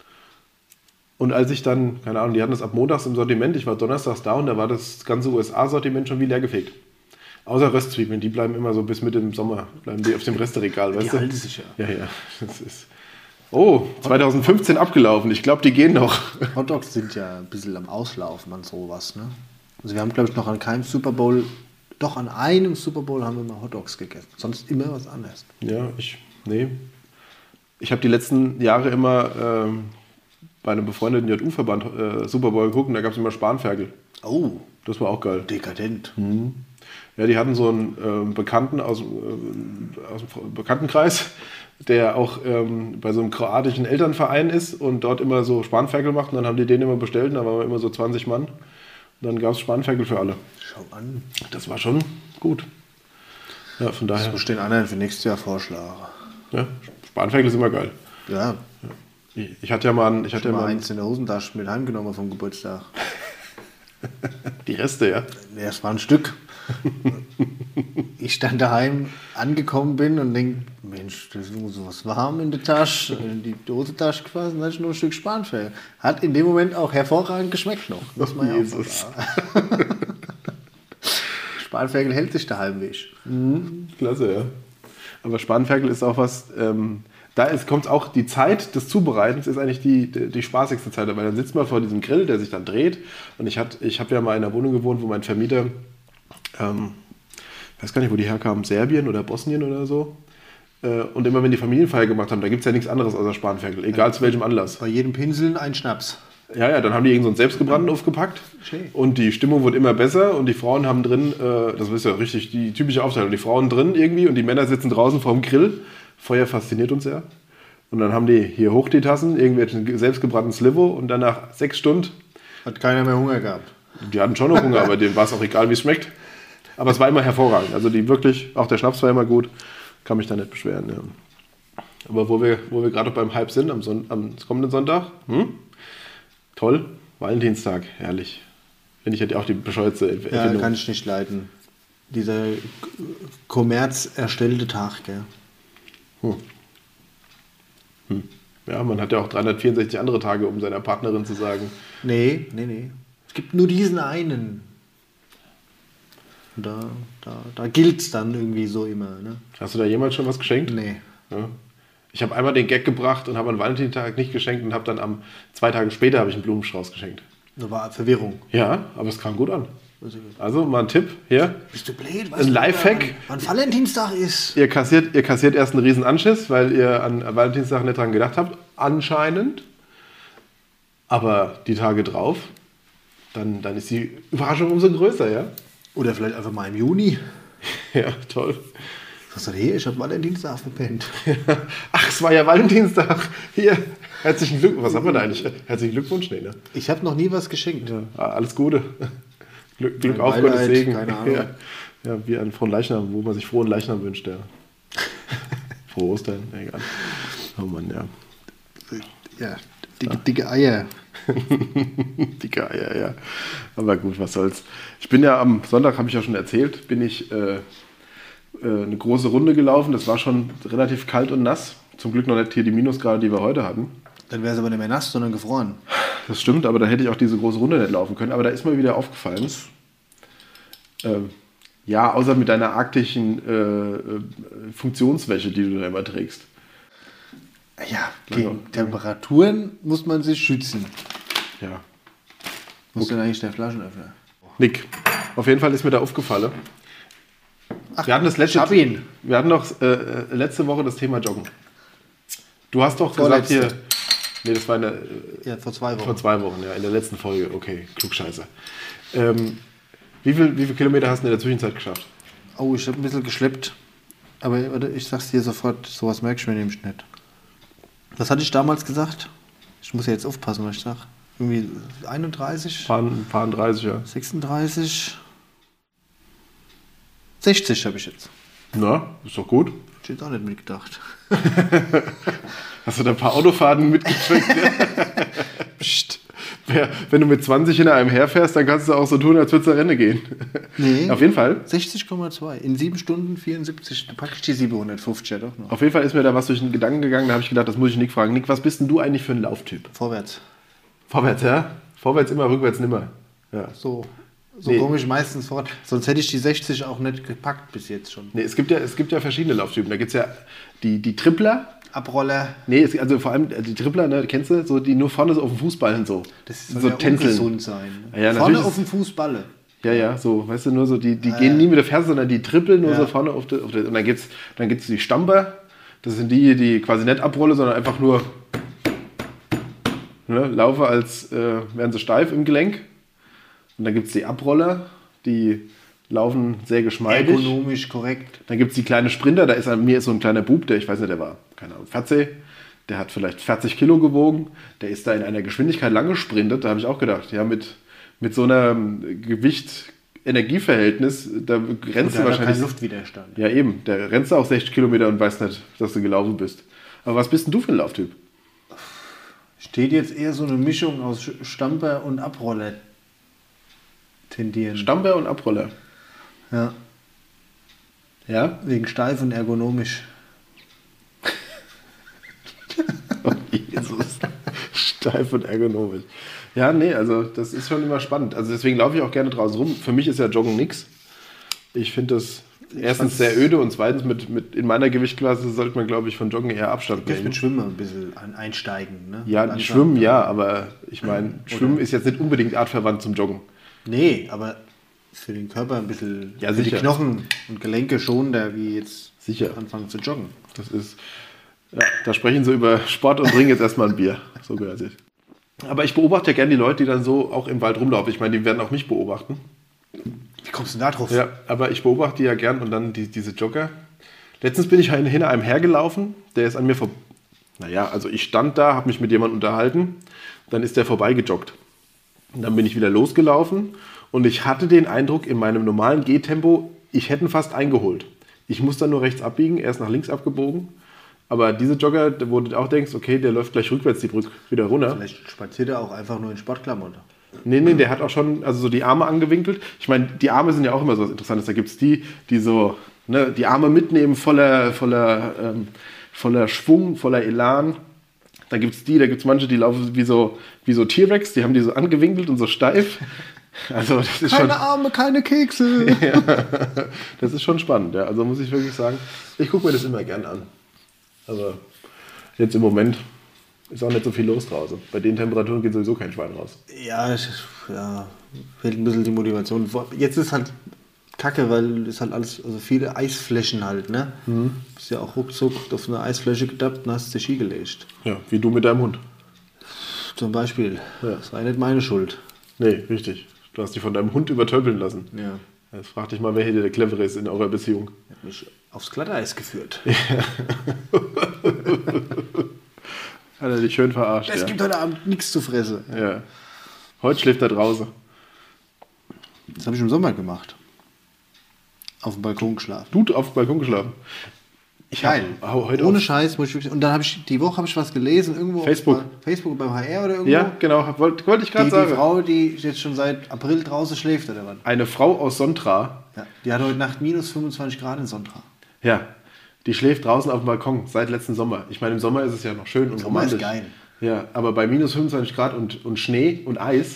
Und als ich dann, keine Ahnung, die hatten das ab montags im Sortiment, ich war donnerstags da und da war das ganze U S A-Sortiment schon wie leer gefegt. Außer Röstzwiebeln, die bleiben immer so bis Mitte im Sommer, bleiben die auf dem Resteregal, weißt Die du? halten sich ja. Ja, ja. Das ist oh, zwanzig fünfzehn abgelaufen, ich glaube, die gehen noch. Hotdogs sind ja ein bisschen am Auslaufen an sowas. Ne? Also wir haben, glaube ich, noch an keinem Super Bowl, doch an einem Super Bowl haben wir mal Hotdogs gegessen. Sonst immer was anderes. Ja, ich, nee. ich habe die letzten Jahre immer ähm, bei einem befreundeten J U-Verband äh, Super Bowl geguckt und da gab es immer Spanferkel. Oh, Das war auch geil. dekadent. Mhm. Ja, die hatten so einen äh, Bekannten aus, äh, aus dem Bekanntenkreis, der auch ähm, bei so einem kroatischen Elternverein ist und dort immer so Spanferkel macht. Und dann haben die den immer bestellt und da waren wir immer so zwanzig Mann. Und dann gab es Spanferkel für alle. Schau an. Das war schon gut. Ja, von daher. Das muss den anderen für nächstes Jahr vorschlagen. Ja, Spanferkel ist immer geil. Ja, Ich, ich hatte ja mal, ein, ich hatte schon ja mal mal eins in der Hosentasche mit heimgenommen vom Geburtstag. die Reste, ja. Ja, es war ein Stück. Ich dann daheim angekommen bin und denke, Mensch, das ist so was warm in der Tasche, in die Hosentasche quasi, dann hatte ich nur ein Stück Spanferkel. Hat in dem Moment auch hervorragend geschmeckt noch. Muss man ja auch so sagen. Spanferkel hält sich daheim weg. Mhm, klasse, ja. Aber Spanferkel ist auch was, ähm, da kommt auch die Zeit des Zubereitens, ist eigentlich die, die, die spaßigste Zeit, weil dann sitzt man vor diesem Grill, der sich dann dreht. Und ich, hat, ich habe ja mal in einer Wohnung gewohnt, wo mein Vermieter, ähm, ich weiß gar nicht, wo die herkamen, Serbien oder Bosnien oder so. Äh, und immer wenn die Familienfeier gemacht haben, da gibt es ja nichts anderes außer Spanferkel, egal ja, zu welchem Anlass. Bei jedem Pinseln ein Schnaps. Ja, ja, dann haben die irgend so einen selbstgebrannten aufgepackt Schön. Und die Stimmung wurde immer besser und die Frauen haben drin, äh, das ist ja richtig die typische Aufteilung, die Frauen drin irgendwie und die Männer sitzen draußen vorm Grill. Feuer fasziniert uns ja. Und dann haben die hier hoch die Tassen, irgendwelchen selbstgebrannten Slivo und dann nach sechs Stunden... Hat keiner mehr Hunger gehabt. Die hatten schon noch Hunger, aber denen war es auch egal, wie es schmeckt. Aber es war immer hervorragend. Also die wirklich, auch der Schnaps war immer gut, kann mich da nicht beschweren. Ja. Aber wo wir, wo wir gerade beim Hype sind, am, Son- am kommenden Sonntag, hm? Toll, Valentinstag, herrlich. Finde ich ja auch die bescheuerte Erfindung. Ja, kann ich nicht leiden. Dieser Kommerz erstellte Tag, gell? Hm. Hm. Ja, man hat ja auch dreihundertvierundsechzig andere Tage, um seiner Partnerin zu sagen. Nee, nee, nee. Es gibt nur diesen einen. Und da, da, da gilt es dann irgendwie so immer. Ne? Hast du da jemals schon was geschenkt? Nee. Ja. Ich habe einmal den Gag gebracht und habe an Valentinstag nicht geschenkt und habe dann am zwei Tage später habe ich einen Blumenstrauß geschenkt. Da war Verwirrung. Ja, aber es kam gut an. Also mal ein Tipp hier. Bist du blöd? Ein Lifehack. Wann, wann Valentinstag ist? Ihr kassiert, ihr kassiert erst einen riesen Anschiss, weil ihr an Valentinstag nicht dran gedacht habt, anscheinend. Aber die Tage drauf, dann, dann ist die Überraschung umso größer, ja? Oder vielleicht einfach mal im Juni. Ja, toll. Was sagt hier? Ich habe Valentinstag verpennt. Ach, es war ja Valentinstag. Hier, herzlichen Glückwunsch. Was haben wir da eigentlich? Herzlichen Glückwunsch, nee, ne? Ich habe noch nie was geschenkt. Ja, alles Gute. Glück, Glück auf, Beileid, Gottes Segen. keine Ahnung. Ja, ja, wie ein frohen Leichnam, wo man sich frohen Leichnam wünscht, ja. Frohe Ostern, egal. Oh Mann, ja. Ja, dicke, dicke Eier. Dicke Eier, ja. Aber gut, was soll's. Ich bin ja am Sonntag, habe ich ja schon erzählt, bin ich äh, äh, eine große Runde gelaufen. Das war schon relativ kalt und nass. Zum Glück noch nicht hier die Minusgrade, die wir heute hatten. Dann wäre es aber nicht mehr nass, sondern gefroren. Das stimmt, aber da hätte ich auch diese große Runde nicht laufen können. Aber da ist mir wieder aufgefallen. Ähm, ja, außer mit deiner arktischen äh, äh, Funktionswäsche, die du da immer trägst. Ja, gegen Temperaturen muss man sich schützen. Ja. Muss denn eigentlich der Flaschenöffner? Nick, auf jeden Fall ist mir da aufgefallen. Ach, wir hatten das letzte, ich hab ihn. Wir hatten noch äh, letzte Woche das Thema Joggen. Du hast doch gesagt Vorletzte. hier. Nee, das war in der, Ja, vor zwei Wochen. vor zwei Wochen, ja, in der letzten Folge. Okay, Klugscheiße. Ähm, wie viel, wie viele Kilometer hast du in der Zwischenzeit geschafft? Oh, ich habe ein bisschen geschleppt. Aber warte, ich sag's dir sofort, sowas merke ich mir nämlich nicht. Was hatte ich damals gesagt? Ich muss ja jetzt aufpassen, was ich sage. Irgendwie einunddreißig, Paar, paar dreißig, ja. sechsunddreißig, sechzig habe ich jetzt. Na, ist doch gut. Ich hätte auch nicht mitgedacht. Hast du da ein paar Autofahrten mitgeschickt? Psst. Wer- Wenn du mit zwanzig hinter einem herfährst, dann kannst du auch so tun, als würdest du Rennen gehen. Nee. Auf jeden Fall. sechzig Komma zwei. In sieben Stunden vierundsiebzig. Da packe ich die siebenhundertfünfzig ja doch noch. Auf jeden Fall ist mir da was durch den Gedanken gegangen, da habe ich gedacht, das muss ich Nick fragen. Nick, was bist denn du eigentlich für ein Lauftyp? Vorwärts. Vorwärts, ja? Vorwärts immer, rückwärts nimmer. Ja. So, so Nee. komme ich meistens fort. Sonst hätte ich die sechzig auch nicht gepackt bis jetzt schon. Nee, es gibt ja, es gibt ja verschiedene Lauftypen. Da gibt es ja die, die Tripler. Abroller. Nee, es, also vor allem die Tripler, ne, kennst du, so, die nur vorne so auf dem Fußballen so. Das soll so ja tänzeln. ungesund sein. Ja, ja, Vorne natürlich auf dem Fußballe. Ja, ja, so, weißt du, nur so, die, die gehen nie mit der Ferse, sondern die trippeln nur Ja. so vorne auf der, auf der und dann gibt's, dann gibt's die Stamper, Das sind die, die quasi nicht abrolle, sondern einfach nur ne, laufe, als äh, wären sie steif im Gelenk. Und dann gibt es die Abroller, die laufen sehr geschmeidig. Ergonomisch korrekt. Dann gibt es die kleine Sprinter, da ist an mir so ein kleiner Bub, der, ich weiß nicht, der war, keine Ahnung, vierzig, der hat vielleicht vierzig Kilo gewogen, der ist da in einer Geschwindigkeit lang gesprintet, da habe ich auch gedacht, ja, mit, mit so einem Gewicht-Energieverhältnis, da rennst du wahrscheinlich... keinen Luftwiderstand. Ja eben, da rennst du auch sechzig Kilometer und weißt nicht, dass du gelaufen bist. Aber was bist denn du für ein Lauftyp? Steht jetzt eher so eine Mischung aus Stamper und Abroller tendieren. Stamper und Abroller. Ja. Ja? Wegen steif und ergonomisch. Oh, Jesus. Steif und ergonomisch. Ja, nee, also das ist schon immer spannend. Also deswegen laufe ich auch gerne draußen rum. Für mich ist ja Joggen nix. Ich finde das erstens sehr öde und zweitens mit, mit in meiner Gewichtsklasse sollte man, glaube ich, von Joggen eher Abstand Jetzt nehmen. mit Schwimmen ein bisschen einsteigen. Ne? Ja, Langsam. Schwimmen ja, aber ich meine, Oder- Schwimmen ist jetzt nicht unbedingt artverwandt zum Joggen. Nee, aber für den Körper ein bisschen, Ja, für sicher. die Knochen und Gelenke schonender, wie jetzt Sicher. anfangen zu joggen. Das ist, ja, da sprechen sie über Sport und trinken jetzt erstmal ein Bier. So gehört sich. Aber ich beobachte ja gerne die Leute, die dann so auch im Wald rumlaufen. Ich meine, die werden auch mich beobachten. Wie kommst du denn da drauf? Ja, aber ich beobachte die ja gern und dann die, diese Jogger. Letztens bin ich hinter einem hergelaufen, der ist an mir vorbei. Naja, also ich stand da, habe mich mit jemandem unterhalten, dann ist der vorbeigejoggt. Und dann bin ich wieder losgelaufen und ich hatte den Eindruck, in meinem normalen Gehtempo, ich hätte ihn fast eingeholt. Ich muss dann nur rechts abbiegen, er ist nach links abgebogen. Aber diese Jogger, wo du auch denkst, okay, der läuft gleich rückwärts die Brücke wieder runter. Vielleicht spaziert er auch einfach nur in Sportklamotten. Nee, nee, der hat auch schon also so die Arme angewinkelt. Ich meine, die Arme sind ja auch immer so was Interessantes. Da gibt es die, die so ne, die Arme mitnehmen, voller, voller, ähm, voller Schwung, voller Elan. Da gibt es die, da gibt es manche, die laufen wie so, wie so T-Rex, die haben die so angewinkelt und so steif. Also das ist Keine schon, Arme, keine Kekse. ja, das ist schon spannend. Ja. Also muss ich wirklich sagen, ich gucke mir das immer gern an. Aber jetzt im Moment ist auch nicht so viel los draußen. Bei den Temperaturen geht sowieso kein Schwein raus. Ja, ich, ja, fehlt ein bisschen die Motivation. Jetzt ist halt kacke, weil es halt alles, also viele Eisflächen halt, ne? Mhm. Bist ja auch ruckzuck auf eine Eisfläche gedappt und hast dich Ski gelegt. Ja, wie du mit deinem Hund. Zum Beispiel. Ja. Das war ja nicht meine Schuld. Nee, richtig. Du hast dich von deinem Hund übertölpeln lassen. Ja. Jetzt frag dich mal, wer hier der Clevere ist in eurer Beziehung. Er hat mich aufs Glatteis geführt. Hat er dich schön verarscht. Es ja. gibt heute Abend nichts zu fressen. Ja. Heute schläft er draußen. Das habe ich im Sommer gemacht. Auf dem Balkon geschlafen. Du auf dem Balkon geschlafen. Ich Geil. hab heute Ohne auf Scheiß. Muss ich wirklich, und dann habe ich, die Woche habe ich was gelesen. Irgendwo Facebook. Auf, Facebook beim H R oder irgendwo. Ja, genau. Wollte wollt ich Die, gerade die sagen. Frau, die jetzt schon seit April draußen schläft, oder was? Eine Frau aus Sontra. Ja, die hat heute Nacht minus fünfundzwanzig Grad in Sontra. Ja. Die schläft draußen auf dem Balkon seit letzten Sommer. Ich meine, im Sommer ist es ja noch schön und Sommer ist romantisch. geil. Ja, aber bei minus fünfundzwanzig Grad und, und Schnee und Eis.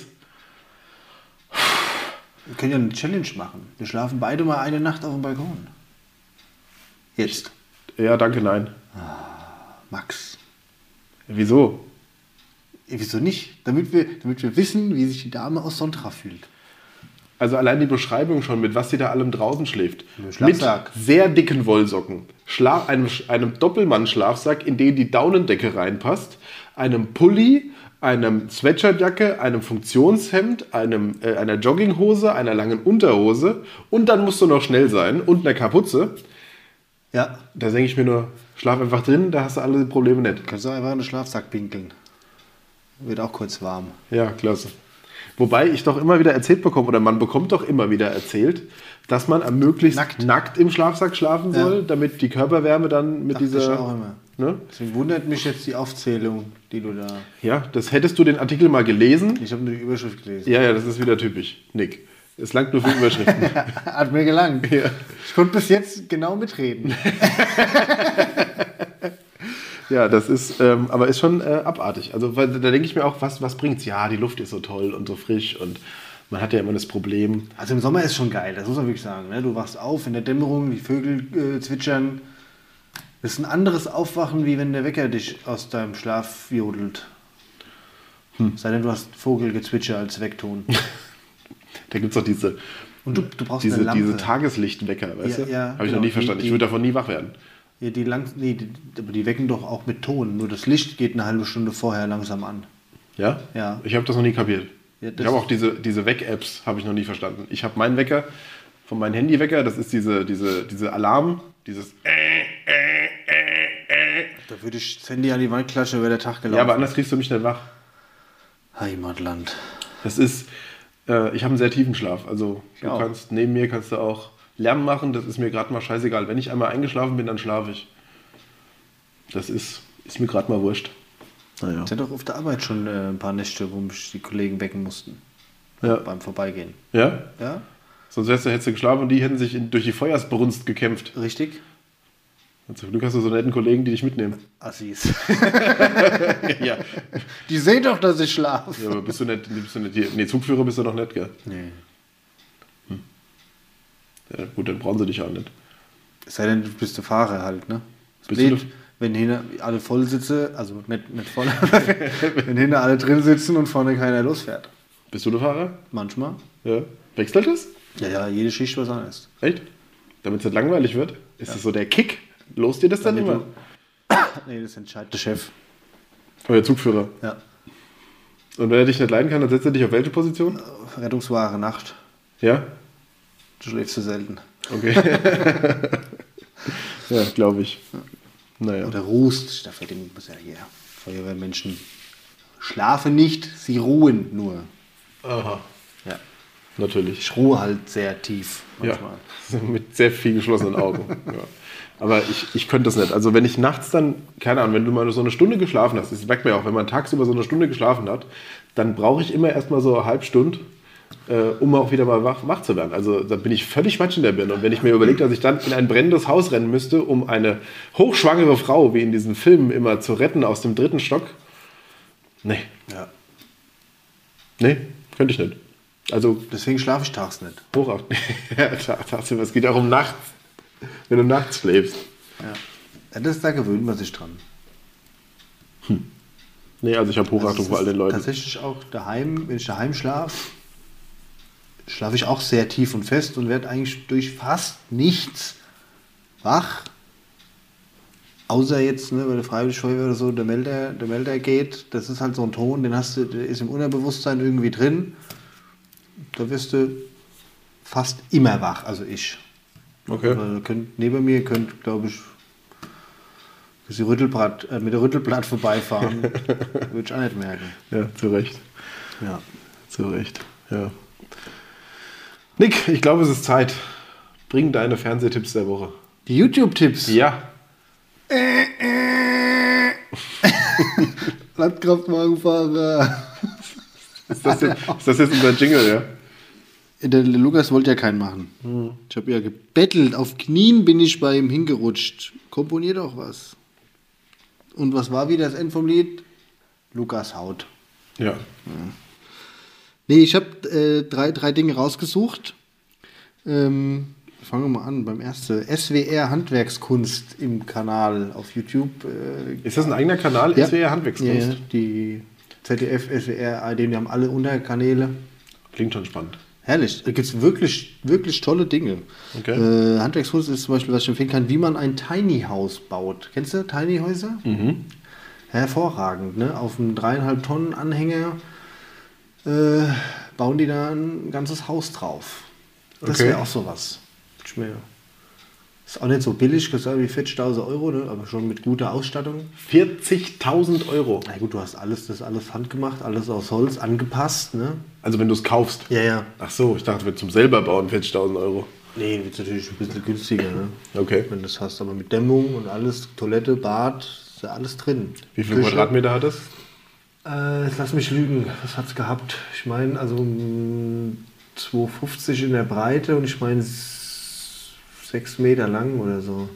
Wir können ja eine Challenge machen. Wir schlafen beide mal eine Nacht auf dem Balkon. Jetzt. Ja, danke, nein. Max. Wieso? Wieso nicht? Damit wir, damit wir wissen, wie sich die Dame aus Sontra fühlt. Also allein die Beschreibung schon, mit was sie da allem draußen schläft. Mit Schlafsack. Mit sehr dicken Wollsocken, Schlaf, einem, einem Doppelmann-Schlafsack, in den die Daunendecke reinpasst, einem Pulli, einem Sweatshirtjacke, einem Funktionshemd, einem, äh, einer Jogginghose, einer langen Unterhose und dann musst du noch schnell sein und einer Kapuze. Ja. Da denke ich mir nur, schlaf einfach drin, da hast du alle Probleme nicht. Kannst du einfach in den Schlafsack pinkeln. Wird auch kurz warm. Ja, klasse. Wobei ich doch immer wieder erzählt bekomme, oder man bekommt doch immer wieder erzählt, dass man am möglichst Nackt. nackt, im Schlafsack schlafen Ja. soll, damit die Körperwärme dann mit Dachte ich dieser... auch immer. Ne? Deswegen wundert mich jetzt die Aufzählung, die du da... Ja, das hättest du den Artikel mal gelesen. Ich habe nur die Überschrift gelesen. Ja, ja, das ist wieder typisch. Nick. Es langt nur für Überschriften. Hat mir gelangt. Ja. Ich konnte bis jetzt genau mitreden. Ja, das ist, ähm, aber ist schon äh, abartig. Also weil, da denke ich mir auch, was, was bringt's? Ja, die Luft ist so toll und so frisch und man hat ja immer das Problem. Also im Sommer ist schon geil, das muss man wirklich sagen. Ne? Du wachst auf in der Dämmerung, die Vögel äh, zwitschern. Das ist ein anderes Aufwachen, wie wenn der Wecker dich aus deinem Schlaf jodelt. Hm. Sei denn, du hast Vogelgezwitscher als Weckton. Da gibt es doch diese, Und du, du brauchst diese, eine Lampe. diese Tageslichtwecker, weißt Ja, du? ja, Habe ich genau. noch nie Die- verstanden. Ich die- würde davon nie wach werden. Ja, die, lang, nee, die, aber die wecken doch auch mit Ton. Nur das Licht geht eine halbe Stunde vorher langsam an. Ja? Ja. Ich habe das noch nie kapiert. Ja, ich habe auch diese, diese Weck-Apps habe ich noch nie verstanden. Ich habe meinen Wecker von meinem Handywecker, das ist diese, diese, diese Alarm, dieses Da würde ich das Handy an die Wand klatschen, wäre der Tag gelaufen. Ja, aber anders kriegst du mich nicht wach. Heimatland. Das ist, äh, ich habe einen sehr tiefen Schlaf. Also du auch. kannst, neben mir kannst du auch Lärm machen, das ist mir gerade mal scheißegal. Wenn ich einmal eingeschlafen bin, dann schlafe ich. Das ist, ist mir gerade mal wurscht. Naja. Ich hatte doch auf der Arbeit schon äh, ein paar Nächte, wo mich die Kollegen wecken mussten. Ja. Beim Vorbeigehen. Ja? Ja? Sonst hättest du, hättest du geschlafen und die hätten sich in, durch die Feuersbrunst gekämpft. Richtig? Und zum Glück hast du so netten Kollegen, die dich mitnehmen. Assis. ja. Die sehen doch, dass ich schlafe. Ja, aber bist du nicht, bist du nicht hier? Nee, Zugführer bist du noch nicht, gell? Nee. Ja, gut, dann brauchen sie dich auch nicht. Es sei denn, du bist der Fahrer halt, ne? Das Bist du Blöd, wenn hinten alle voll sitzen, also nicht, nicht voll, wenn hinten alle drin sitzen und vorne keiner losfährt. Bist du der Fahrer? Manchmal. Ja. Wechselt das? Ja, ja, jede Schicht was anderes. Echt? Damit es nicht langweilig wird? Ist das so der Kick? Los dir das dann Damit immer? Nee, das entscheidet der Chef. Euer Zugführer. Ja. Und wenn er dich nicht leiden kann, dann setzt er dich auf welche Position? Rettungsware, Nacht. Ja? Du schläfst zu selten. Okay. ja, glaube ich. Naja. Oder ruhst. Da fällt ihm ja hier. Feuerwehrmenschen schlafen nicht, sie ruhen nur. Aha. Ja. Natürlich. Ich ruhe halt sehr tief manchmal. Ja, mit sehr viel geschlossenen Augen. ja. Aber ich, ich könnte das nicht. Also wenn ich nachts dann, keine Ahnung, wenn du mal so eine Stunde geschlafen hast, das merkt man ja auch, wenn man tagsüber so eine Stunde geschlafen hat, dann brauche ich immer erstmal so eine halbe Stunde, äh, um auch wieder mal wach, wach zu werden. Also da bin ich völlig Matsch in der Birne. Und wenn ich mir überlege, dass ich dann in ein brennendes Haus rennen müsste, um eine hochschwangere Frau, wie in diesen Filmen immer, zu retten aus dem dritten Stock, nee. Ja. Nee, könnte ich nicht. Also Deswegen schlafe ich tags nicht. hochachten. ja, tagsüber, es geht auch um nachts. Wenn du nachts schläfst. Ja. Ja, das, da gewöhnt man sich dran. Nee, also ich habe Hochachtung Also vor all den Leuten. Tatsächlich auch daheim, wenn ich daheim schlafe, schlafe ich auch sehr tief und fest und werde eigentlich durch fast nichts wach. Außer jetzt, ne, bei der Freiwilligen Feuerwehr oder so, der Melder, der Melder geht, das ist halt so ein Ton, den hast du, der ist im Unterbewusstsein irgendwie drin. Da wirst du fast immer wach, also ich. Okay. Also könnt, neben mir könnt, glaube ich, bis die Rüttelblatt, äh, mit der Rüttelblatt vorbeifahren. Würde ich auch nicht merken. Ja, zu Recht. Ja. Zu Recht. Ja. Nick, ich glaube, es ist Zeit. Bring deine Fernsehtipps der Woche. Die YouTube-Tipps. Ja. Landkraftwagenfahrer. Ist das jetzt, ist das jetzt unser Jingle, ja? Der Lukas wollte ja keinen machen. Hm. Ich habe ja gebettelt. Auf Knien bin ich bei ihm hingerutscht. Komponier doch was. Und was war wieder das Ende vom Lied? Lukas haut. Ja. Nee, ich habe äh, drei, drei Dinge rausgesucht. Ähm, fangen wir mal an beim ersten. S W R Handwerkskunst im Kanal auf YouTube. Äh, Ist das ein eigener Kanal? Ja. S W R Handwerkskunst? Ja, die Z D F, S W R, A R D, die haben alle Unterkanäle. Klingt schon spannend. Herrlich. Da gibt es wirklich, wirklich tolle Dinge. Okay. Äh, Handwerkskunst ist zum Beispiel, was ich empfehlen kann, wie man ein Tiny House baut. Kennst du Tiny Häuser? Mhm. Hervorragend. Ne? Auf einem dreieinhalb Tonnen Anhänger äh, bauen die da ein ganzes Haus drauf. Das Okay. wäre auch sowas. Ich mir, ist auch nicht so billig, gesagt wie vierzigtausend Euro, ne? Aber schon mit guter Ausstattung. vierzigtausend Euro. Na gut, du hast alles, das ist alles handgemacht, alles aus Holz, angepasst. Ne? Also wenn du es kaufst. Ja, ja. Ach so, ich dachte, wird zum selber bauen vierzigtausend Euro. Nee, wird natürlich ein bisschen günstiger, ne? Okay. Wenn du das hast, aber mit Dämmung und alles, Toilette, Bad, ist ja alles drin. Wie viel Küche. Quadratmeter hat das? Äh, jetzt lass mich lügen, was hat's gehabt? Ich meine, also mh, zwei fünfzig in der Breite und ich meine sechs Meter lang oder so.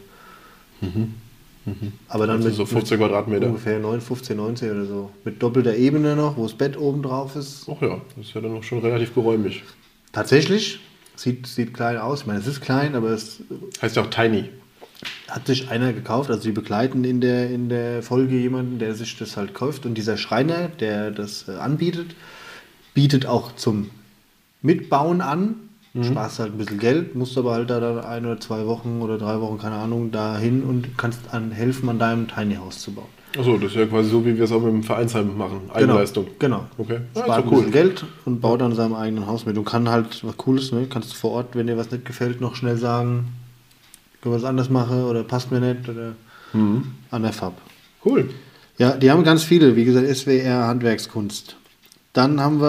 Aber dann Also mit, so fünfzehn mit Quadratmeter. ungefähr neun, fünfzehn, neunzehn oder so. Mit doppelter Ebene noch, wo das Bett oben drauf ist. Ach ja, das ist ja dann auch schon relativ geräumig. Tatsächlich, sieht, sieht klein aus. Ich meine, es ist klein, aber es Heißt ja auch Tiny. hat sich einer gekauft, also die begleiten in der, in der Folge jemanden, der sich das halt kauft. Und dieser Schreiner, der das äh, anbietet, bietet auch zum Mitbauen an. Mhm. Sparst halt ein bisschen Geld, musst aber halt da dann ein oder zwei Wochen oder drei Wochen, keine Ahnung, da hin und kannst an, helfen, an deinem Tiny House zu bauen. Achso, das ist ja quasi so, wie wir es auch mit dem Vereinsheim machen. Eigenleistung. Genau. genau. Okay. Spart ja, ein cool. bisschen Geld und baut dann seinem eigenen Haus mit. Und kann halt was Cooles, ne? Kannst du vor Ort, wenn dir was nicht gefällt, noch schnell sagen, können wir das anders machen oder passt mir nicht oder mhm. an der Fab. Cool. Ja, die haben ganz viele, wie gesagt, S W R Handwerkskunst. Dann haben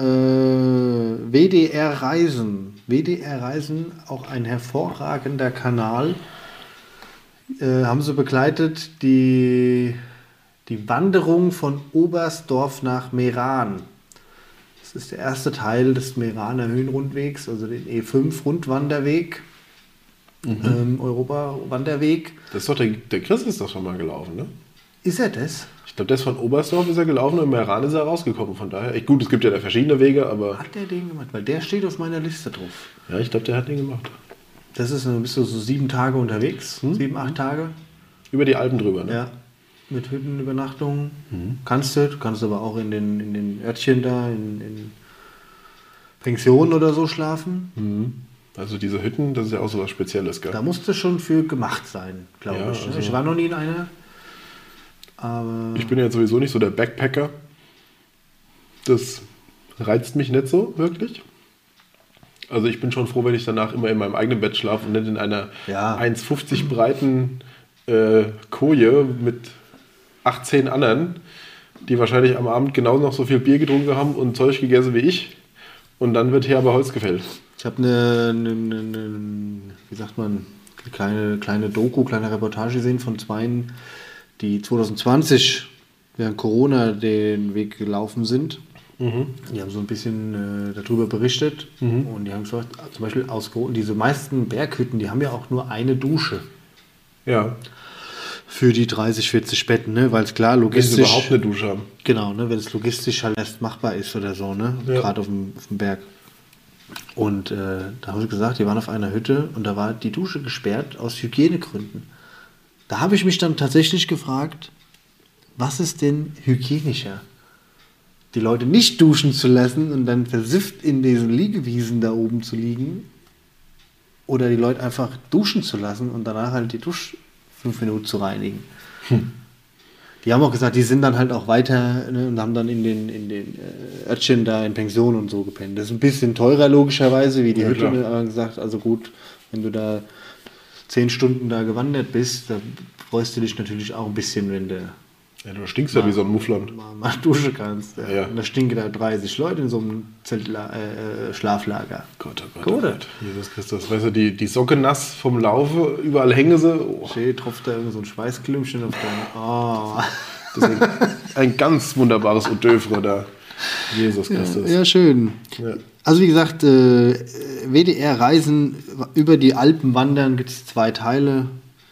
wir äh, W D R Reisen. W D R Reisen, auch ein hervorragender Kanal. Äh, haben sie begleitet die, die Wanderung von Oberstdorf nach Meran. Das ist der erste Teil des Meraner Höhenrundwegs, also den E fünf Rundwanderweg, mhm. ähm, Europa-Wanderweg. Das ist doch der, der Chris ist doch schon mal gelaufen, ne? Ist er das? Ich glaube, das von Oberstdorf ist er gelaufen und in Meran ist er rausgekommen. Von daher, gut, es gibt ja da verschiedene Wege, aber... Hat der den gemacht? Weil der steht auf meiner Liste drauf. Ja, ich glaube, der hat den gemacht. Das ist, dann bist du so sieben Tage unterwegs, hm? sieben, acht Tage. Über die Alpen drüber, ne? Ja, mit Hüttenübernachtungen. Hm. Kannst du, kannst aber auch in den, in den Örtchen da, in, in Pensionen oder so schlafen. Hm. Also diese Hütten, das ist ja auch so was Spezielles, gell? Da musste schon für gemacht sein, glaube ja, ich. Also ich war noch nie in einer. Aber ich bin ja sowieso nicht so der Backpacker. Das reizt mich nicht so, wirklich. Also ich bin schon froh, wenn ich danach immer in meinem eigenen Bett schlafe und nicht in einer ja. eins fünfzig breiten äh, Koje mit achtzehn anderen, die wahrscheinlich am Abend genauso noch so viel Bier getrunken haben und Zeug gegessen wie ich. Und dann wird hier aber Holz gefällt. Ich habe eine, eine, eine, eine, wie sagt man, eine kleine, kleine Doku, kleine Reportage gesehen von Zweien, die zwanzig zwanzig während Corona den Weg gelaufen sind. Mhm. Die haben so ein bisschen äh, darüber berichtet mhm. und die haben gesagt, zum Beispiel aus diese meisten Berghütten, die haben ja auch nur eine Dusche. Ja. Für die dreißig, vierzig Betten, ne? Weil es klar logistisch... Wenn sie überhaupt eine Dusche haben. Genau, ne? Wenn es logistisch halt erst machbar ist oder so, ne? Ja. Gerade auf dem, auf dem Berg. Und äh, da haben sie gesagt, die waren auf einer Hütte und da war die Dusche gesperrt aus Hygienegründen. Da habe ich mich dann tatsächlich gefragt, was ist denn hygienischer? Die Leute nicht duschen zu lassen und dann versifft in diesen Liegewiesen da oben zu liegen oder die Leute einfach duschen zu lassen und danach halt die Dusch fünf Minuten zu reinigen. Hm. Die haben auch gesagt, die sind dann halt auch weiter, ne, und haben dann in den, in den äh, Örtchen da in Pension und so gepennt. Das ist ein bisschen teurer logischerweise wie die ja, Hütte, klar. Aber gesagt, also gut, wenn du da zehn Stunden da gewandert bist, da freust du dich natürlich auch ein bisschen, wenn du ja, du stinkst mal, ja wie so ein Mufflon. Mal, mal duschen kannst. Ja. Ja. Und da stinken da dreißig Leute in so einem Zeltla äh, Schlaflager. Gott, oh Gott, oh Gott. Jesus Christus. Weißt du, die, die Socke nass vom Laufe, überall hängen sie. Oh. Schön, tropft da irgend so ein Schweißklümpchen auf deine... Oh. Das ist ein, ein ganz wunderbares Odeuvre da. Jesus Christus. Ja, ja schön. Ja. Also wie gesagt, äh, W D R Reisen über die Alpen wandern, gibt es zwei Teile.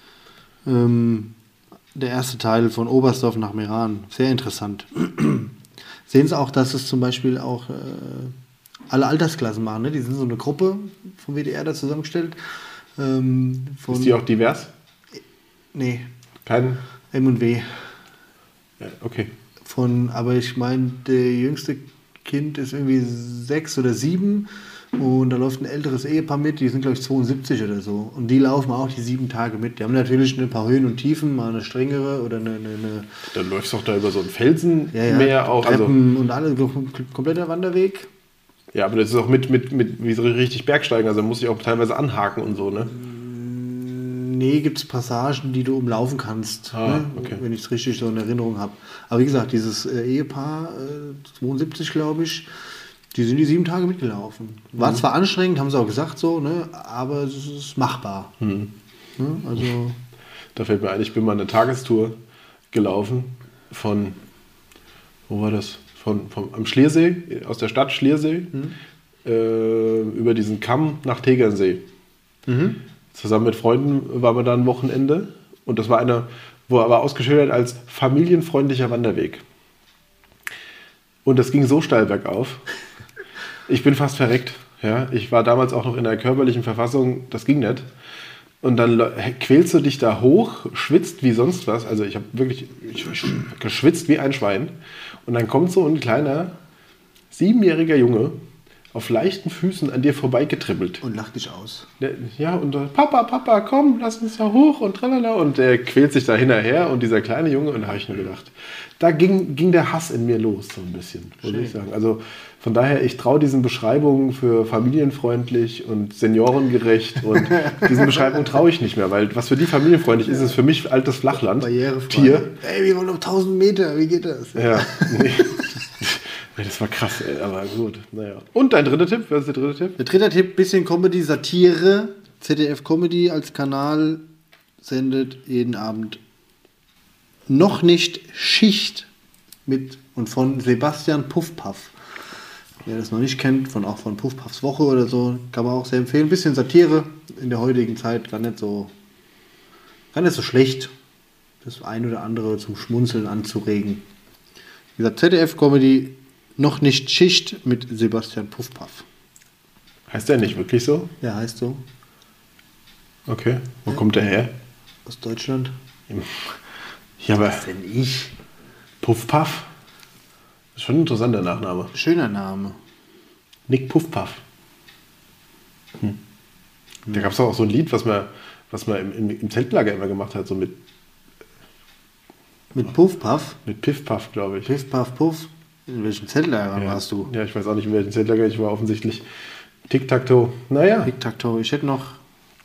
Ähm, der erste Teil von Oberstdorf nach Meran. Sehr interessant. Sehen Sie auch, dass es zum Beispiel auch äh, alle Altersklassen machen. Ne? Die sind so eine Gruppe vom W D R da zusammengestellt. Ähm, von, ist die auch divers? Nee. Kein? M und W. Ja, okay. Von, aber ich meine, der jüngste Kind ist irgendwie sechs oder sieben und da läuft ein älteres Ehepaar mit, die sind glaube ich zweiundsiebzig oder so und die laufen auch die sieben Tage mit. Die haben natürlich ein paar Höhen und Tiefen, mal eine strengere oder eine... eine, eine Dann läufst du doch da über so ein Felsenmeer ja, ja, auch. Treppen also und alles, kompletter Wanderweg. Ja, aber das ist auch mit, mit, mit wie so richtig Bergsteigen, also muss ich auch teilweise anhaken und so, ne? Nee, gibt es Passagen, die du umlaufen kannst, ah, ne? Okay. Wenn ich es richtig so in Erinnerung habe. Aber wie gesagt, dieses äh, Ehepaar, äh, zweiundsiebzig glaube ich, die sind die sieben Tage mitgelaufen. War mhm. zwar anstrengend, haben sie auch gesagt so, ne? Aber es ist machbar. Mhm. Ne? Also da fällt mir ein, ich bin mal eine Tagestour gelaufen von, wo war das? Von, vom, am Schliersee, aus der Stadt Schliersee, mhm. äh, über diesen Kamm nach Tegernsee. Mhm. Zusammen mit Freunden waren wir da ein Wochenende und das war einer, wo er aber ausgeschildert als familienfreundlicher Wanderweg. Und das ging so steil bergauf. Ich bin fast verreckt. Ja? Ich war damals auch noch in einer körperlichen Verfassung, das ging nicht. Und dann quälst du dich da hoch, schwitzt wie sonst was. Also ich habe wirklich ich, ich, geschwitzt wie ein Schwein. Und dann kommt so ein kleiner, siebenjähriger Junge auf leichten Füßen an dir vorbeigetribbelt. Und lacht dich aus. Der, ja, und äh, Papa, Papa, komm, lass uns da hoch und tralala. Und der quält sich da hinterher und dieser kleine Junge, und da habe ich nur gedacht, da ging, ging der Hass in mir los, so ein bisschen, muss ich sagen. Also von daher, ich traue diesen Beschreibungen für familienfreundlich und seniorengerecht und diesen Beschreibungen traue ich nicht mehr, weil was für die familienfreundlich ist, ist für mich altes Flachland. Barrierefrei. Tier. Ey, wir wollen um tausend Meter, wie geht das? Ja, nee. Nee, das war krass, ey, aber gut, naja. Und dein dritter Tipp, was ist der dritte Tipp? Der dritte Tipp, bisschen Comedy, Satire. Z D F Comedy als Kanal sendet jeden Abend noch nicht Schicht mit und von Sebastian Puffpaff. Wer das noch nicht kennt, von auch von Puffpaffs Woche oder so, kann man auch sehr empfehlen. Ein bisschen Satire in der heutigen Zeit, gar nicht so, gar nicht so schlecht, das ein oder andere zum Schmunzeln anzuregen. Wie gesagt, Z D F Comedy, noch nicht Schicht mit Sebastian Puffpaff. Heißt der nicht wirklich so? Ja, heißt so. Okay, wo Ja. kommt der her? Aus Deutschland. Ja, aber Was denn ich? Puffpaff? Das ist schon ein interessanter Nachname. Schöner Name. Nick Puffpaff. Hm. Da gab es auch so ein Lied, was man, was man im, im, im Zeltlager immer gemacht hat, so mit, Mit Puffpaff. mit Piff Puff, glaube ich. Piff, Puff, Puff. In welchem Zeltlager ja. warst du? Ja, ich weiß auch nicht, in welchem Zeltlager ich war, offensichtlich Tic-Tac-Toe. Naja, Tic-Tac-Toe. Ich hätte noch,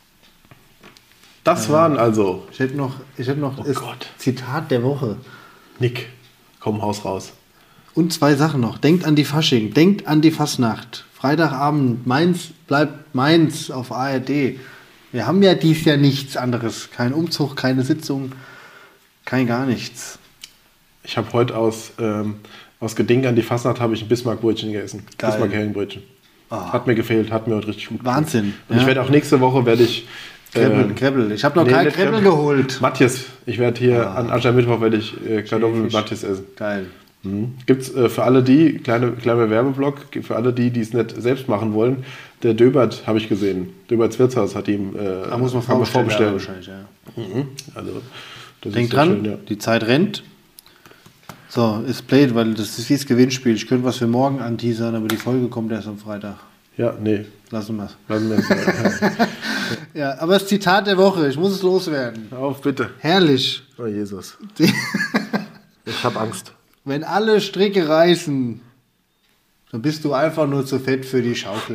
das waren also ich hätte noch, ich hätte noch Oh das Gott. Zitat der Woche. Nick, komm, Haus raus. Und zwei Sachen noch. Denkt an die Fasching, denkt an die Fastnacht. Freitagabend, Mainz bleibt Mainz auf A R D. Wir haben ja dies Jahr nichts anderes. Kein Umzug, keine Sitzung, kein gar nichts. Ich habe heute aus, ähm, aus Gedenken an die Fastnacht habe ich ein Bismarck-Brötchen gegessen. Geil. Bismarck-Heringenbrötchen. Ah. Hat mir gefehlt, hat mir heute richtig gut gefallen. Wahnsinn, Und ja. ich werde auch nächste Woche, werde ich... Krebbel, ähm, Krebbel. Ich habe noch nee, kein nicht Krebbel Krebbel. geholt. Matthias, ich werde hier Ah. an Aschermittwoch werde ich äh, Kartoffeln mit Fisch. Matthias essen. Geil. Mhm. Gibt es äh, für alle die, kleine, kleiner Werbeblock, für alle die, die es nicht selbst machen wollen, der Döbert habe ich gesehen. Döberts Wirtshaus hat ihm äh, Da muss man haben wir vorbestellen. vorbestellen. Ja, wahrscheinlich, ja. Mhm. Also, das Denk ist sehr dran, schön, ja. die Zeit rennt. So, ist played, weil das ist wie das Gewinnspiel. Ich könnte was für morgen anteasern, aber die Folge kommt erst am Freitag. Ja, nee, Lassen wir es. lassen wir es mal. Ja, aber das Zitat der Woche, ich muss es loswerden. Auf, bitte. Herrlich. Oh, Jesus. Ich habe Angst. Wenn alle Stricke reißen, dann bist du einfach nur zu fett für die Schaukel.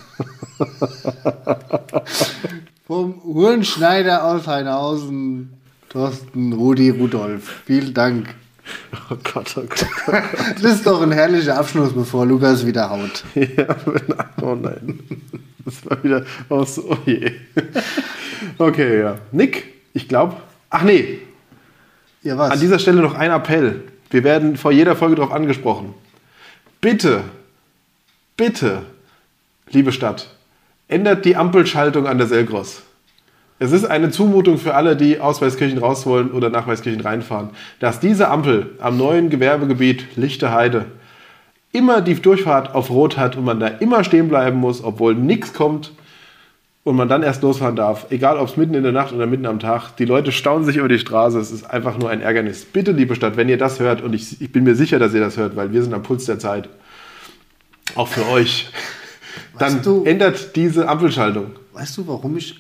Vom Uhrenschneider aus Heinhausen, Thorsten Rudi Rudolf. Vielen Dank. Oh Gott, oh Gott. Oh Gott. Das ist doch ein herrlicher Abschluss, bevor Lukas wieder haut. Ja, oh nein. Das war wieder aus. Oh je. Okay, ja. Nick, ich glaube. Ach nee, Ja, was? an dieser Stelle noch ein Appell. Wir werden vor jeder Folge darauf angesprochen. Bitte, bitte, liebe Stadt, ändert die Ampelschaltung an der Selgros. Es ist eine Zumutung für alle, die aus Weißkirchen raus wollen oder nach Weißkirchen reinfahren, dass diese Ampel am neuen Gewerbegebiet Lichte Heide immer die Durchfahrt auf Rot hat und man da immer stehen bleiben muss, obwohl nichts kommt und man dann erst losfahren darf, egal ob es mitten in der Nacht oder mitten am Tag. Die Leute staunen sich über die Straße, es ist einfach nur ein Ärgernis. Bitte, liebe Stadt, wenn ihr das hört, und ich, ich bin mir sicher, dass ihr das hört, weil wir sind am Puls der Zeit, auch für euch, dann Weißt du- ändert diese Ampelschaltung. Weißt du, warum ich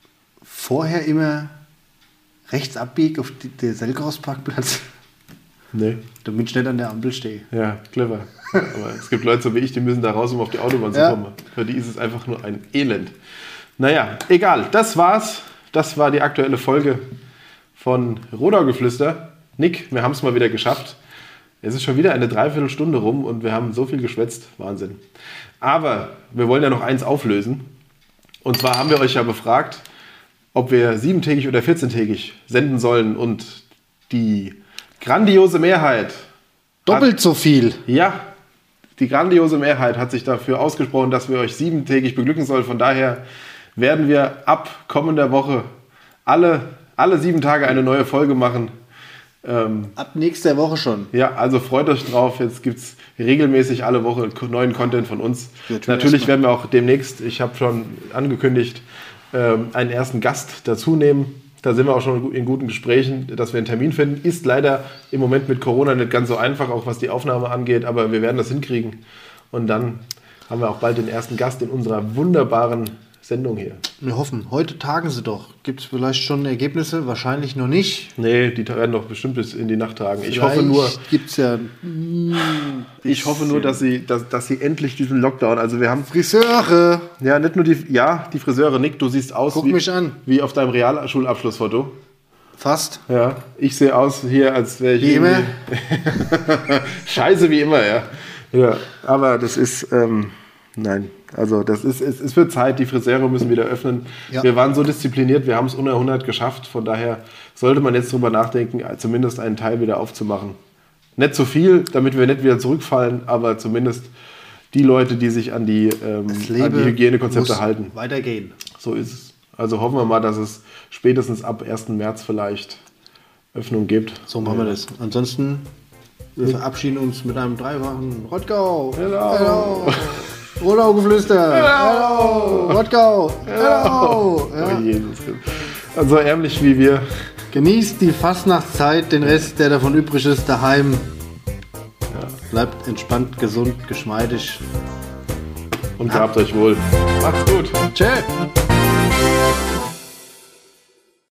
vorher immer rechts abbiege auf die, den Selgros-Parkplatz? Nee. Damit ich nicht an der Ampel stehe. Ja, clever. Aber es gibt Leute so wie ich, die müssen da raus, um auf die Autobahn zu Ja. kommen. Für die ist es einfach nur ein Elend. Naja, egal. Das war's. Das war die aktuelle Folge von Rodaugeflüster. Nick, wir haben es mal wieder geschafft. Es ist schon wieder eine Dreiviertelstunde rum und wir haben so viel geschwätzt. Wahnsinn. Aber wir wollen ja noch eins auflösen. Und zwar haben wir euch ja befragt, ob wir siebentägig oder vierzehntägig senden sollen. Und die grandiose Mehrheit Doppelt so viel. ja, die grandiose Mehrheit hat sich dafür ausgesprochen, dass wir euch siebentägig beglücken sollen. Von daher werden wir ab kommender Woche alle, alle sieben Tage eine neue Folge machen. Ähm, Ab nächster Woche schon. ja, also freut euch drauf. Jetzt gibt es regelmäßig alle Woche neuen Content von uns. Wir tun Natürlich erst mal- werden wir auch demnächst, ich habe schon angekündigt, ähm, einen ersten Gast dazu nehmen. Da sind wir auch schon in guten Gesprächen, dass wir einen Termin finden. Ist leider im Moment mit Corona nicht ganz so einfach, auch was die Aufnahme angeht, aber wir werden das hinkriegen. Und dann haben wir auch bald den ersten Gast in unserer wunderbaren Sendung hier. Wir hoffen, heute tagen sie doch. Gibt es vielleicht schon Ergebnisse? Wahrscheinlich noch nicht. Nee, die werden doch bestimmt bis in die Nacht tagen. Ich hoffe nur, gibt's ja ich hoffe nur, dass sie, dass, dass sie endlich diesen Lockdown, also wir haben Friseure. ja nicht nur die, ja, die Friseure, Nick, du siehst aus Guck wie, mich an. wie auf deinem Realschulabschlussfoto. Fast. Ja, ich sehe aus hier, als wäre ich Wie immer. Scheiße wie immer, ja. Ja, aber das ist, ähm, nein, also das ist, es, es wird Zeit, die Friseure müssen wieder öffnen. Ja. Wir waren so diszipliniert, wir haben es unter hundert geschafft, von daher sollte man jetzt drüber nachdenken, zumindest einen Teil wieder aufzumachen. Nicht zu viel, damit wir nicht wieder zurückfallen, aber zumindest die Leute, die sich an die, ähm, an die Hygienekonzepte muss halten. Weitergehen. So ist es. Also hoffen wir mal, dass es spätestens ab ersten März vielleicht Öffnung gibt. So machen wir das. Ansonsten, wir verabschieden uns mit einem dreifachen Rottgau. Hello. Hello. Rotaugeflüster. Hello. Rottgau. Hello. Ja. Oh, Jesus. Also ärmlich wie wir. Genießt die Fastnachtszeit, den Rest, der davon übrig ist, daheim. Ja. Bleibt entspannt, gesund, geschmeidig. Und gehabt euch wohl. Macht's gut. Tschö.